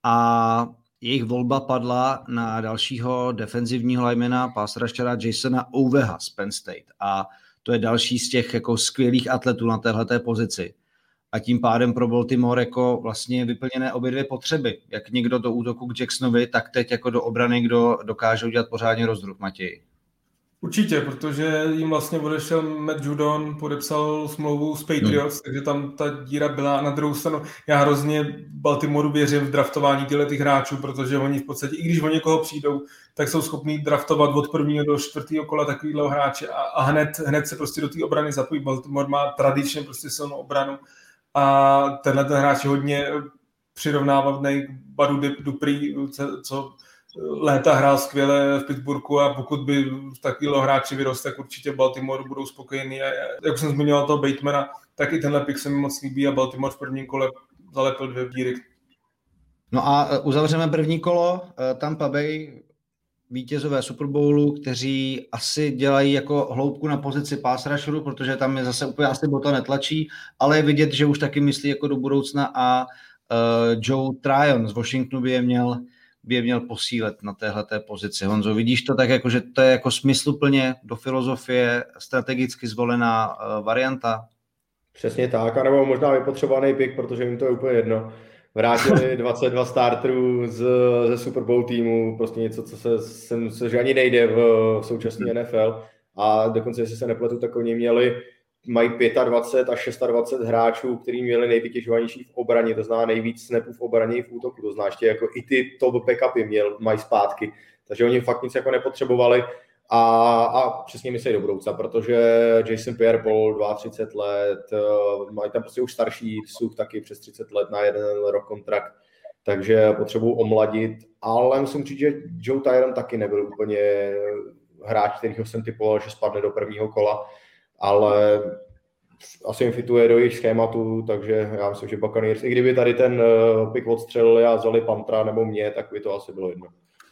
a jejich volba padla na dalšího defenzivního linemana, pass rushera Jasona Oveha z Penn State. A to je další z těch jako skvělých atletů na téhleté pozici. A tím pádem pro Baltimore jako vlastně vyplněné obě dvě potřeby. Jak někdo do útoku k Jacksonovi, tak teď jako do obrany, kdo dokáže udělat pořádně rozdruh, Matěj. Určitě, protože jim vlastně odešel Matt Judon, podepsal smlouvu s Patriots, hmm. takže tam ta díra byla. Na druhou stranu. Já hrozně Baltimoreu věřím v draftování těch hráčů, protože oni v podstatě, i když o někoho přijdou, tak jsou schopní draftovat od prvního do čtvrtého kola takovýhle hráče a, a hned, hned se prostě do té obrany zapojí. Baltimore má tradičně prostě silnou obranu a tenhle ten hráč je hodně přirovnávaný k Badu Dupree, co léta hrál skvěle v Pittsburghu, a pokud by takovýhle hráči vyrost, tak určitě Baltimore budou spokojení. A jak jsem zmiňoval toho Batemana, tak i tenhle pick se mi moc líbí a Baltimore v prvním kole zalepil dvě díry. No a uzavřeme první kolo. Tampa Bay, vítězové Super Bowlu, kteří asi dělají jako hloubku na pozici pass rusheru, protože tam je zase úplně asi bota netlačí, ale je vidět, že už taky myslí jako do budoucna a uh, Joe Tryon z Washingtonu by je měl by je měl posílit na téhleté pozici. Honzo, vidíš to tak, jako, že to je jako smysluplně do filozofie strategicky zvolená uh, varianta? Přesně tak, anebo možná vypotřebovaný pick, protože jim to je úplně jedno. Vrátili dvacet dva starterů z, ze Super Bowl týmu, prostě něco, co se, se, se že ani nejde v, v současné N F L, a dokonce, jestli se nepletu, tak oni měli mají dvacet pět až dvacet šest hráčů, kteří měli nejvytěžovanější v obraně, to znamená nejvíc snapů v obraně i v útoku, to znamená ještě jako i ty top backupy měl, mají zpátky, takže oni fakt nic jako nepotřebovali a, a přesně myslí do budoucna, protože Jason Pierre-Paul třicet dva let, mají tam prostě už starší such taky přes třicet let na jeden rok kontrakt, takže potřebují omladit, ale musím říct, že Joe Tyron taky nebyl úplně hráč, kterýho jsem typoval, že spadne do prvního kola, ale asi jim fituje do jejich schématu, takže já myslím, že Buccaneers, i kdyby tady ten pick odstřelili a vzali Pantra nebo mě, tak by to asi bylo jedno.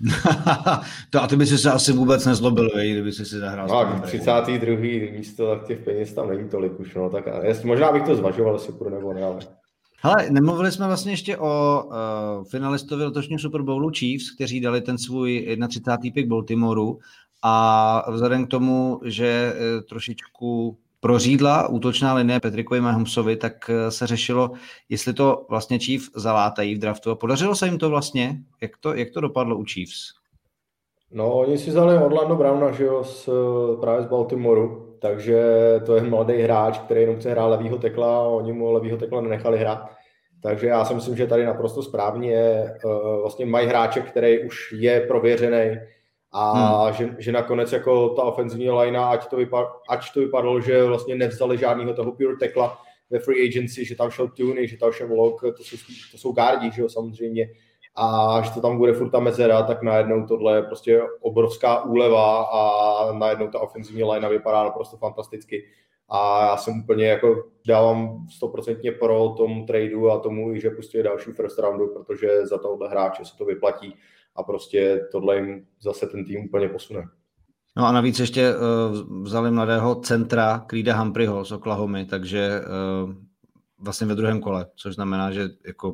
To a ty by si se asi vůbec nezlobil, vej, kdyby si si zahrál. No, třicátý druhý místo, tak těch peněz tam není tolik už, no, tak jestli, možná bych to zvažoval, jestli půjdu nebo ne, ale... Hele, nemluvili jsme vlastně ještě o uh, finalistovi letošního Super Bowlu Chiefs, kteří dali ten svůj třicátý pick Baltimoreu, a vzhledem k tomu, že uh, trošičku prořídla útočná linie Patrickovi Mahomsovi, tak se řešilo, jestli to vlastně Chiefs zalátají v draftu. A podařilo se jim to vlastně? Jak to, jak to dopadlo u Chiefs? No, oni si vzali Orlando Browna, že jo, z, právě z Baltimoreu, takže to je mladý hráč, který jenom chce hrát levýho tekla, a oni mu levýho tekla nenechali hrát. Takže já si myslím, že tady naprosto správně vlastně mají hráče, který už je prověřený, a hmm. že, že nakonec jako ta ofenzivní line, ať to, vypad, ať to vypadalo, že vlastně nevzali žádného toho pure tekla ve free agency, že tam šel Tuny, že tam šel Lock, to jsou, to jsou gardi, že jo, samozřejmě, a že to tam bude furt ta mezera, tak najednou tohle je prostě obrovská úleva a najednou ta ofenzivní line vypadá naprosto fantasticky. A já jsem úplně jako dávám stoprocentně pro tomu tradu a tomu, že pustí další first roundu, protože za tohle hráče se to vyplatí. A prostě tohle jim zase ten tým úplně posune. No a navíc ještě uh, vzali mladého centra Creeda Humphreyho z Oklahomy, takže uh, vlastně ve druhém kole, což znamená, že jako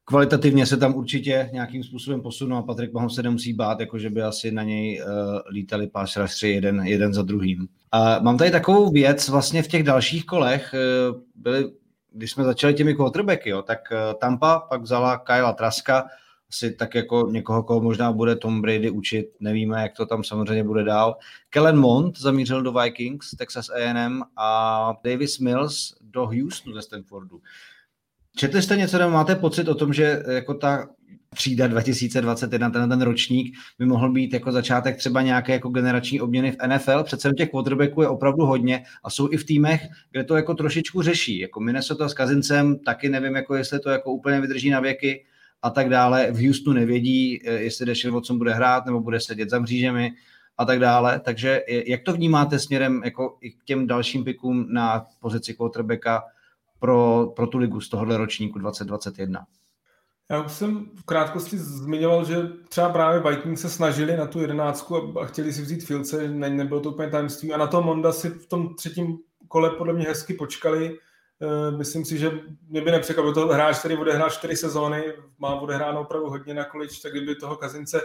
kvalitativně se tam určitě nějakým způsobem posunou a Patrick Mahomes se nemusí bát, jakože by asi na něj uh, lítali pass rushři jeden, jeden za druhým. Uh, mám tady takovou věc, vlastně v těch dalších kolech uh, byly, když jsme začali těmi quarterbacky, jo, tak uh, Tampa pak vzala Kyla Traska, asi tak jako někoho, koho možná bude Tom Brady učit, nevíme, jak to tam samozřejmě bude dál. Kellen Mond zamířil do Vikings, Texas A and M a Davis Mills do Houstonu ze Stanfordu. Četli jste něco, nebo máte pocit o tom, že jako ta třída dva tisíce dvacet jedna, ten, ten ročník by mohl být jako začátek třeba nějaké jako generační obměny v N F L? Přece těch quarterbacků je opravdu hodně a jsou i v týmech, kde to jako trošičku řeší. Jako Minnesota s Cousinsem, taky nevím, jako jestli to jako úplně vydrží na věky a tak dále. V Houstonu nevědí, jestli Deshaun Watson bude hrát nebo bude sedět za mřížemi a tak dále. Takže jak to vnímáte směrem jako i k těm dalším pikům na pozici quarterbacka pro, pro tu ligu z tohohle ročníku dvacet dvacet jedna? Já už jsem v krátkosti zmiňoval, že třeba právě Vikings se snažili na tu jedenáctku a chtěli si vzít Fielce, ne, nebylo to úplně tajemství a na to Monda si v tom třetím kole podle mě hezky počkali. Myslím si, že mě by nepřekvapil to hráč, který odehrál čtyři sezóny, má odehráno opravdu hodně na college, tak kdyby toho Cousinse,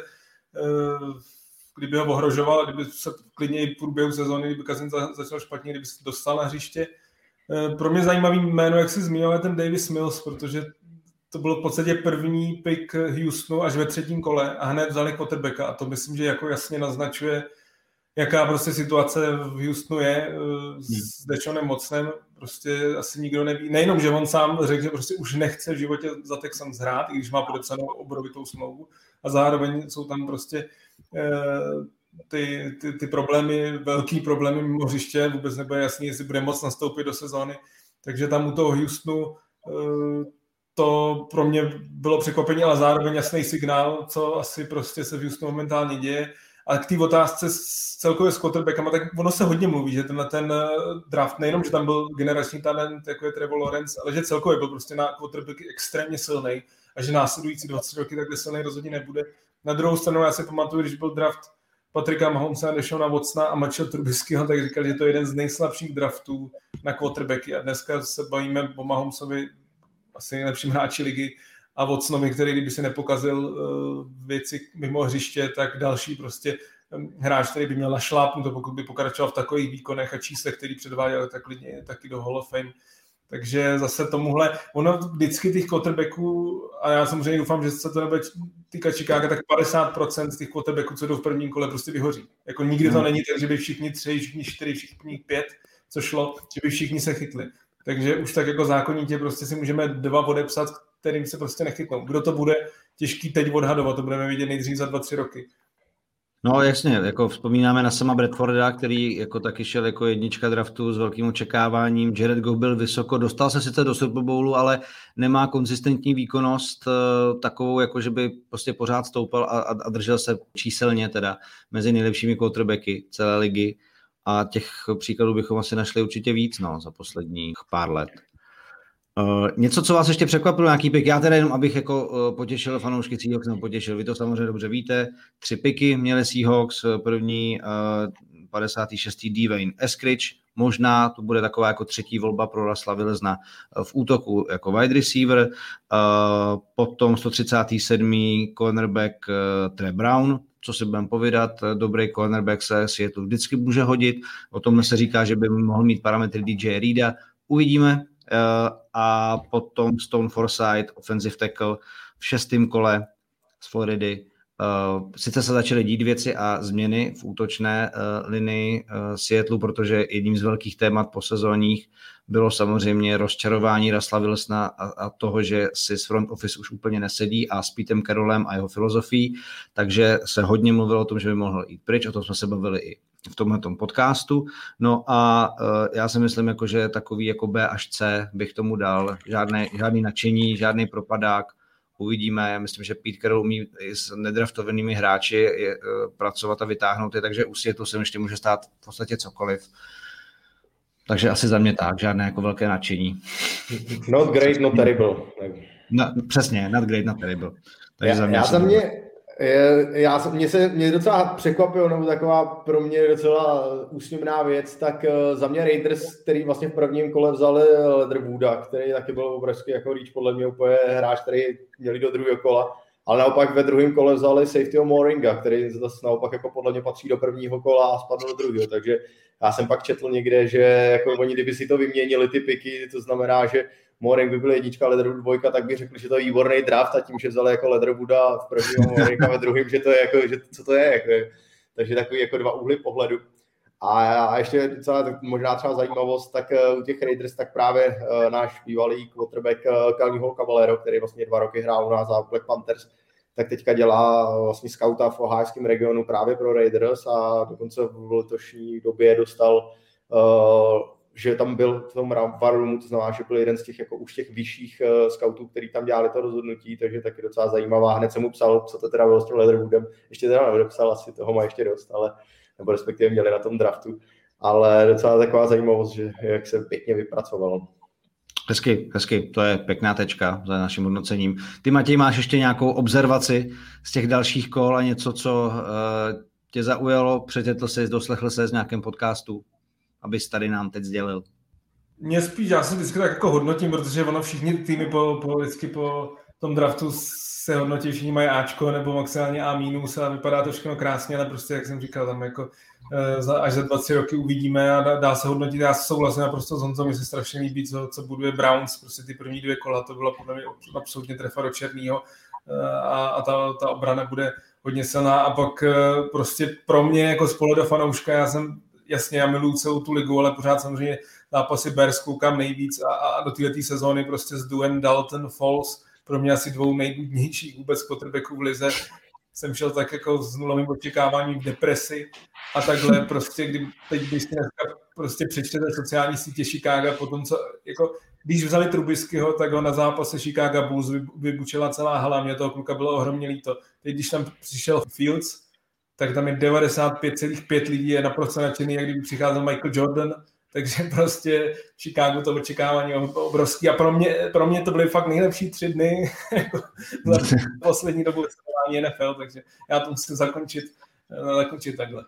kdyby ho ohrožoval, kdyby se klidně i v průběhu sezóny, kdyby Cousins začal špatně, kdyby se dostal na hřiště. Pro mě zajímavý jméno, jak jsi zmínil, je ten Davis Mills, protože to bylo v podstatě první pick Houstonu až ve třetím kole a hned vzali quarterbacka a to myslím, že jako jasně naznačuje, jaká prostě situace v Houstonu je s Deshaunem Watsonem, prostě asi nikdo neví. Nejenom, že on sám řekl, že prostě už nechce v životě za Texans hrát, i když má podepsanou obrovitou smlouvu a zároveň jsou tam prostě ty, ty, ty problémy, velký problémy mimo hřiště, vůbec nebude jasný, jestli bude moc nastoupit do sezóny, takže tam u toho Houstonu to pro mě bylo překvapení, ale zároveň jasný signál, co asi prostě se v Houstonu momentálně děje. A k té otázce celkově s quarterbackama, tak ono se hodně mluví, že tenhle ten draft, nejenom, že tam byl generační talent, jako je Trevor Lawrence, ale že celkově byl prostě na quarterbacky extrémně silný a že následující dvacet roky takhle silný rozhodně nebude. Na druhou stranu já si pamatuju, když byl draft Patricka Mahomesa, Deshauna Watsona a Mitchella Trubiskyho, tak říkali, že to je jeden z nejslabších draftů na quarterbacky a dneska se bavíme o Mahomesovi, asi nejlepším hráči ligy, a Watsonovi, který kdyby si nepokazil uh, věci mimo hřiště, tak další prostě um, hráč, který by měl našlápnuto, pokud by pokračoval v takových výkonech a číslech, který předváděl, tak klidně taky do Hall of Fame. Takže zase tomuhle, ono vždycky těch quarterbacků, a já samozřejmě doufám, že se to nebude týkat Chicaga, tak padesát procent z těch quarterbacků, co jdou v prvním kole, prostě vyhoří. Jako nikdy to není tak, že by všichni tři, všichni čtyři, všichni pět, co šlo, že by všichni se chytli. Takže už tak jako zákonitě prostě si můžeme dva odepsat, kterým se prostě nechytnou. Kdo to bude, těžký teď odhadovat, to budeme vidět nejdřív za dva, tři roky. No jasně, jako vzpomínáme na sama Bradforda, který jako taky šel jako jednička draftu s velkým očekáváním. Jared Goff byl vysoko, dostal se sice do Super Bowlu, ale nemá konzistentní výkonnost uh, takovou, jako že by prostě pořád stoupal a, a držel se číselně teda mezi nejlepšími quarterbacky celé ligy. A těch příkladů bychom asi našli určitě víc no, za posledních pár let. Uh, něco, co vás ještě překvapilo, nějaký pick? Já teda jenom, abych jako uh, potěšil fanoušky Seahawks, nebo potěšil, vy to samozřejmě dobře víte. Tři picky měli Seahawks, první uh, padesátý šestý Dwayne Eskridge, možná to bude taková jako třetí volba pro Russella Wilsona v útoku jako wide receiver, uh, potom sto třicátý sedmý cornerback uh, Trey Brown, co si budeme povídat, dobrý cornerback se Seattle vždycky může hodit, o tom se říká, že by mohl mít parametry D J Reeda, uvidíme. Uh, a potom Stone Forsythe, offensive tackle v šestém kole z Floridy. Uh, sice se začaly dít věci a změny v útočné uh, linii uh, Seattleu, protože jedním z velkých témat po sezóních bylo samozřejmě rozčarování Russella Wilsona a, a toho, že si z front office už úplně nesedí a s Petem Carrollem a jeho filozofií, takže se hodně mluvilo o tom, že by mohl jít pryč, o tom jsme se bavili i v tomhletom podcastu. No a uh, já si myslím, jako, že takový jako B až C bych tomu dal, žádné, žádný nadšení, žádný propadák. Uvidíme, já myslím, že Pete Carroll umí s nedraftovanými hráči je, uh, pracovat a vytáhnout je, takže u Seattleu se ještě může stát v podstatě cokoliv. Takže asi za mě tak, žádné jako velké nadšení. Not great, not terrible. No, přesně, not great, not terrible. Takže já, za mě, já, za mě, Já, mě, se, mě docela překvapilo, nebo taková pro mě docela úsměvná věc, tak za mě Raiders, který vlastně v prvním kole vzali Leatherwooda, který taky byl obrovský jako reach, podle mě úplně hráč, který měli do druhého kola, ale naopak ve druhém kole vzali safetyho Mooringa, který zase naopak jako podle mě patří do prvního kola a spadl do druhého, takže já jsem pak četl někde, že jako oni kdyby si to vyměnili ty piky, to znamená, že Mooring by byl jednička, Leatherwood dvojka, tak bych řekl, že to je výborný draft a tím, že vzali jako Leatherwooda v prvním a Mooringa ve druhém, že to je jako, že co to je, jako je. Takže takový jako dva úhly pohledu. A, a ještě docela možná třeba zajímavost, tak u těch Raiders tak právě uh, náš bývalý quarterback uh, Calvin Caballero, který vlastně dva roky hrál u nás za Black Panthers, tak teďka dělá vlastně skauta v ohajském regionu právě pro Raiders a dokonce v letošní době dostal uh, že tam byl v tom War Roomu, to znamená, že byl jeden z těch jako už těch vyšších uh, scoutů, který tam dělali to rozhodnutí, takže taky docela zajímavá. Hned jsem mu psal, co to teda bylo s tím Leatherwoodem. Ještě teda neodepsal, asi toho má ještě dost, ale nebo respektive měli na tom draftu. Ale docela taková zajímavost, že jak se pěkně vypracoval. Hezky, hezky, to je pěkná tečka za naším hodnocením. Ty, Matěj, máš ještě nějakou observaci z těch dalších kol a něco, co uh, tě zaujalo, přečetl jsi, doslechl jsi z nějakém podcastu, abys tady nám teď sdělil? Mě spíš, já se vždycky tak jako hodnotím, protože ono všichni týmy po, po, vždycky po tom draftu se hodnotí, všichni mají Ačko nebo maximálně A minus a vypadá to všechno krásně, ale prostě, jak jsem říkal, tam jako uh, až za dva tři roky uvidíme a dá, dá se hodnotit. Já souhlasím naprosto s Honzou, mi se strašně líbí, co, co buduje Browns, prostě ty první dvě kola, to bylo podle mě absolutně trefa do černýho uh, a, a ta, ta obrana bude hodně silná a pak uh, prostě pro mě jako z pohledu fanouška, já jsem jasně, já miluju celou tu ligu, ale pořád samozřejmě zápasy Bears koukám nejvíc a, a do této sezóny prostě s Dwayne Dalton Falls, pro mě asi dvou nejnudnějších vůbec quarterbacků v lize. Jsem šel tak jako s nulovým očekáváním v depresi a takhle prostě, kdy teď byste dneska prostě přečtete sociální sítě Chicaga, potom co, jako, když vzali Trubiskyho, tak ho na zápase Chicago Bulls vybučila celá hala, mě toho kluka bylo ohromně líto. Teď, když tam přišel Fields, tak tam je devadesát pět celá pět lidí je naprosto nadšený, jak kdyby přicházel Michael Jordan, takže prostě v Chicagu to očekávání je obrovský a pro mě, pro mě to byly fakt nejlepší tři dny za poslední dobu sledování N F L, takže já to musím zakončit, zakončit takhle.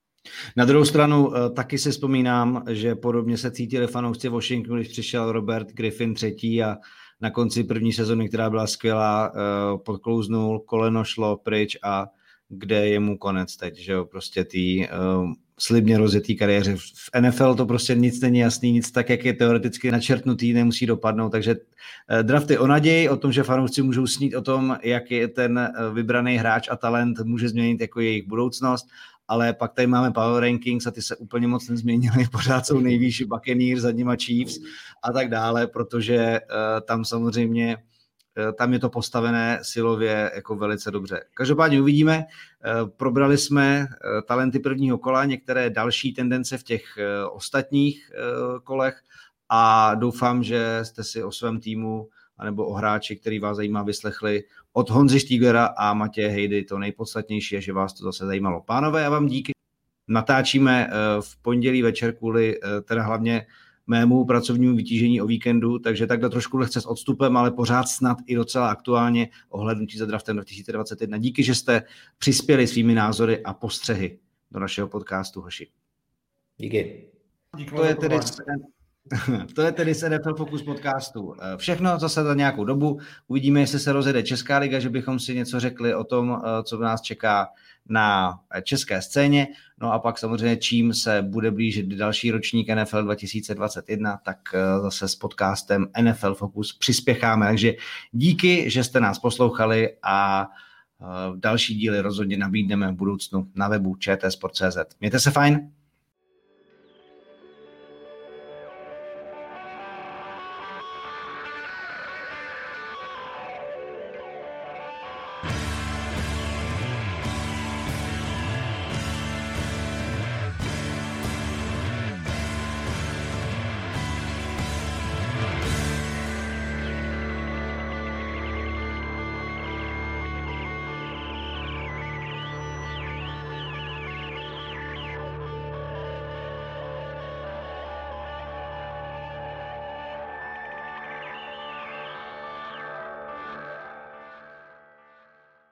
Na druhou stranu taky si vzpomínám, že podobně se cítili fanoušci Washingtonu, když přišel Robert Griffin třetí a na konci první sezony, která byla skvělá, podklouznul, koleno šlo pryč a kde je mu konec teď, že jo, prostě tý uh, slibně rozjetý kariéře. V N F L to prostě nic není jasný, nic tak, jak je teoreticky načrtnutý, nemusí dopadnout, takže uh, drafty o naději, o tom, že fanoušci můžou snít o tom, jak je ten uh, vybraný hráč a talent může změnit jako jejich budoucnost, ale pak tady máme Power Rankings a ty se úplně moc nezměnily, pořád jsou nejvýš Buccaneers, za nima Chiefs a tak dále, protože uh, tam samozřejmě tam je to postavené silově jako velice dobře. Každopádně uvidíme, probrali jsme talenty prvního kola, některé další tendence v těch ostatních kolech a doufám, že jste si o svém týmu anebo o hráči, který vás zajímá, vyslechli od Honzy Štíglera a Matěje Hejdy. To nejpodstatnější je, že vás to zase zajímalo. Pánové, já vám díky. Natáčíme v pondělí večer kvůli teda hlavně mému pracovnímu vytížení o víkendu, takže takhle trošku lehce s odstupem, ale pořád snad i docela aktuálně ohlédnutí za draftem dva tisíce dvacet jedna. Díky, že jste přispěli svými názory a postřehy do našeho podcastu, hoši. Díky. Díky to, je tedy z, to je tedy z N F L Focus podcastu. Všechno zase za nějakou dobu. Uvidíme, jestli se rozjede Česká liga, že bychom si něco řekli o tom, co nás čeká na české scéně. No a pak samozřejmě, čím se bude blížit další ročník N F L dva tisíce dvacet jedna, tak zase s podcastem N F L Focus přispěcháme. Takže díky, že jste nás poslouchali a další díly rozhodně nabídneme v budoucnu na webu č t sport tečka c z. Mějte se fajn.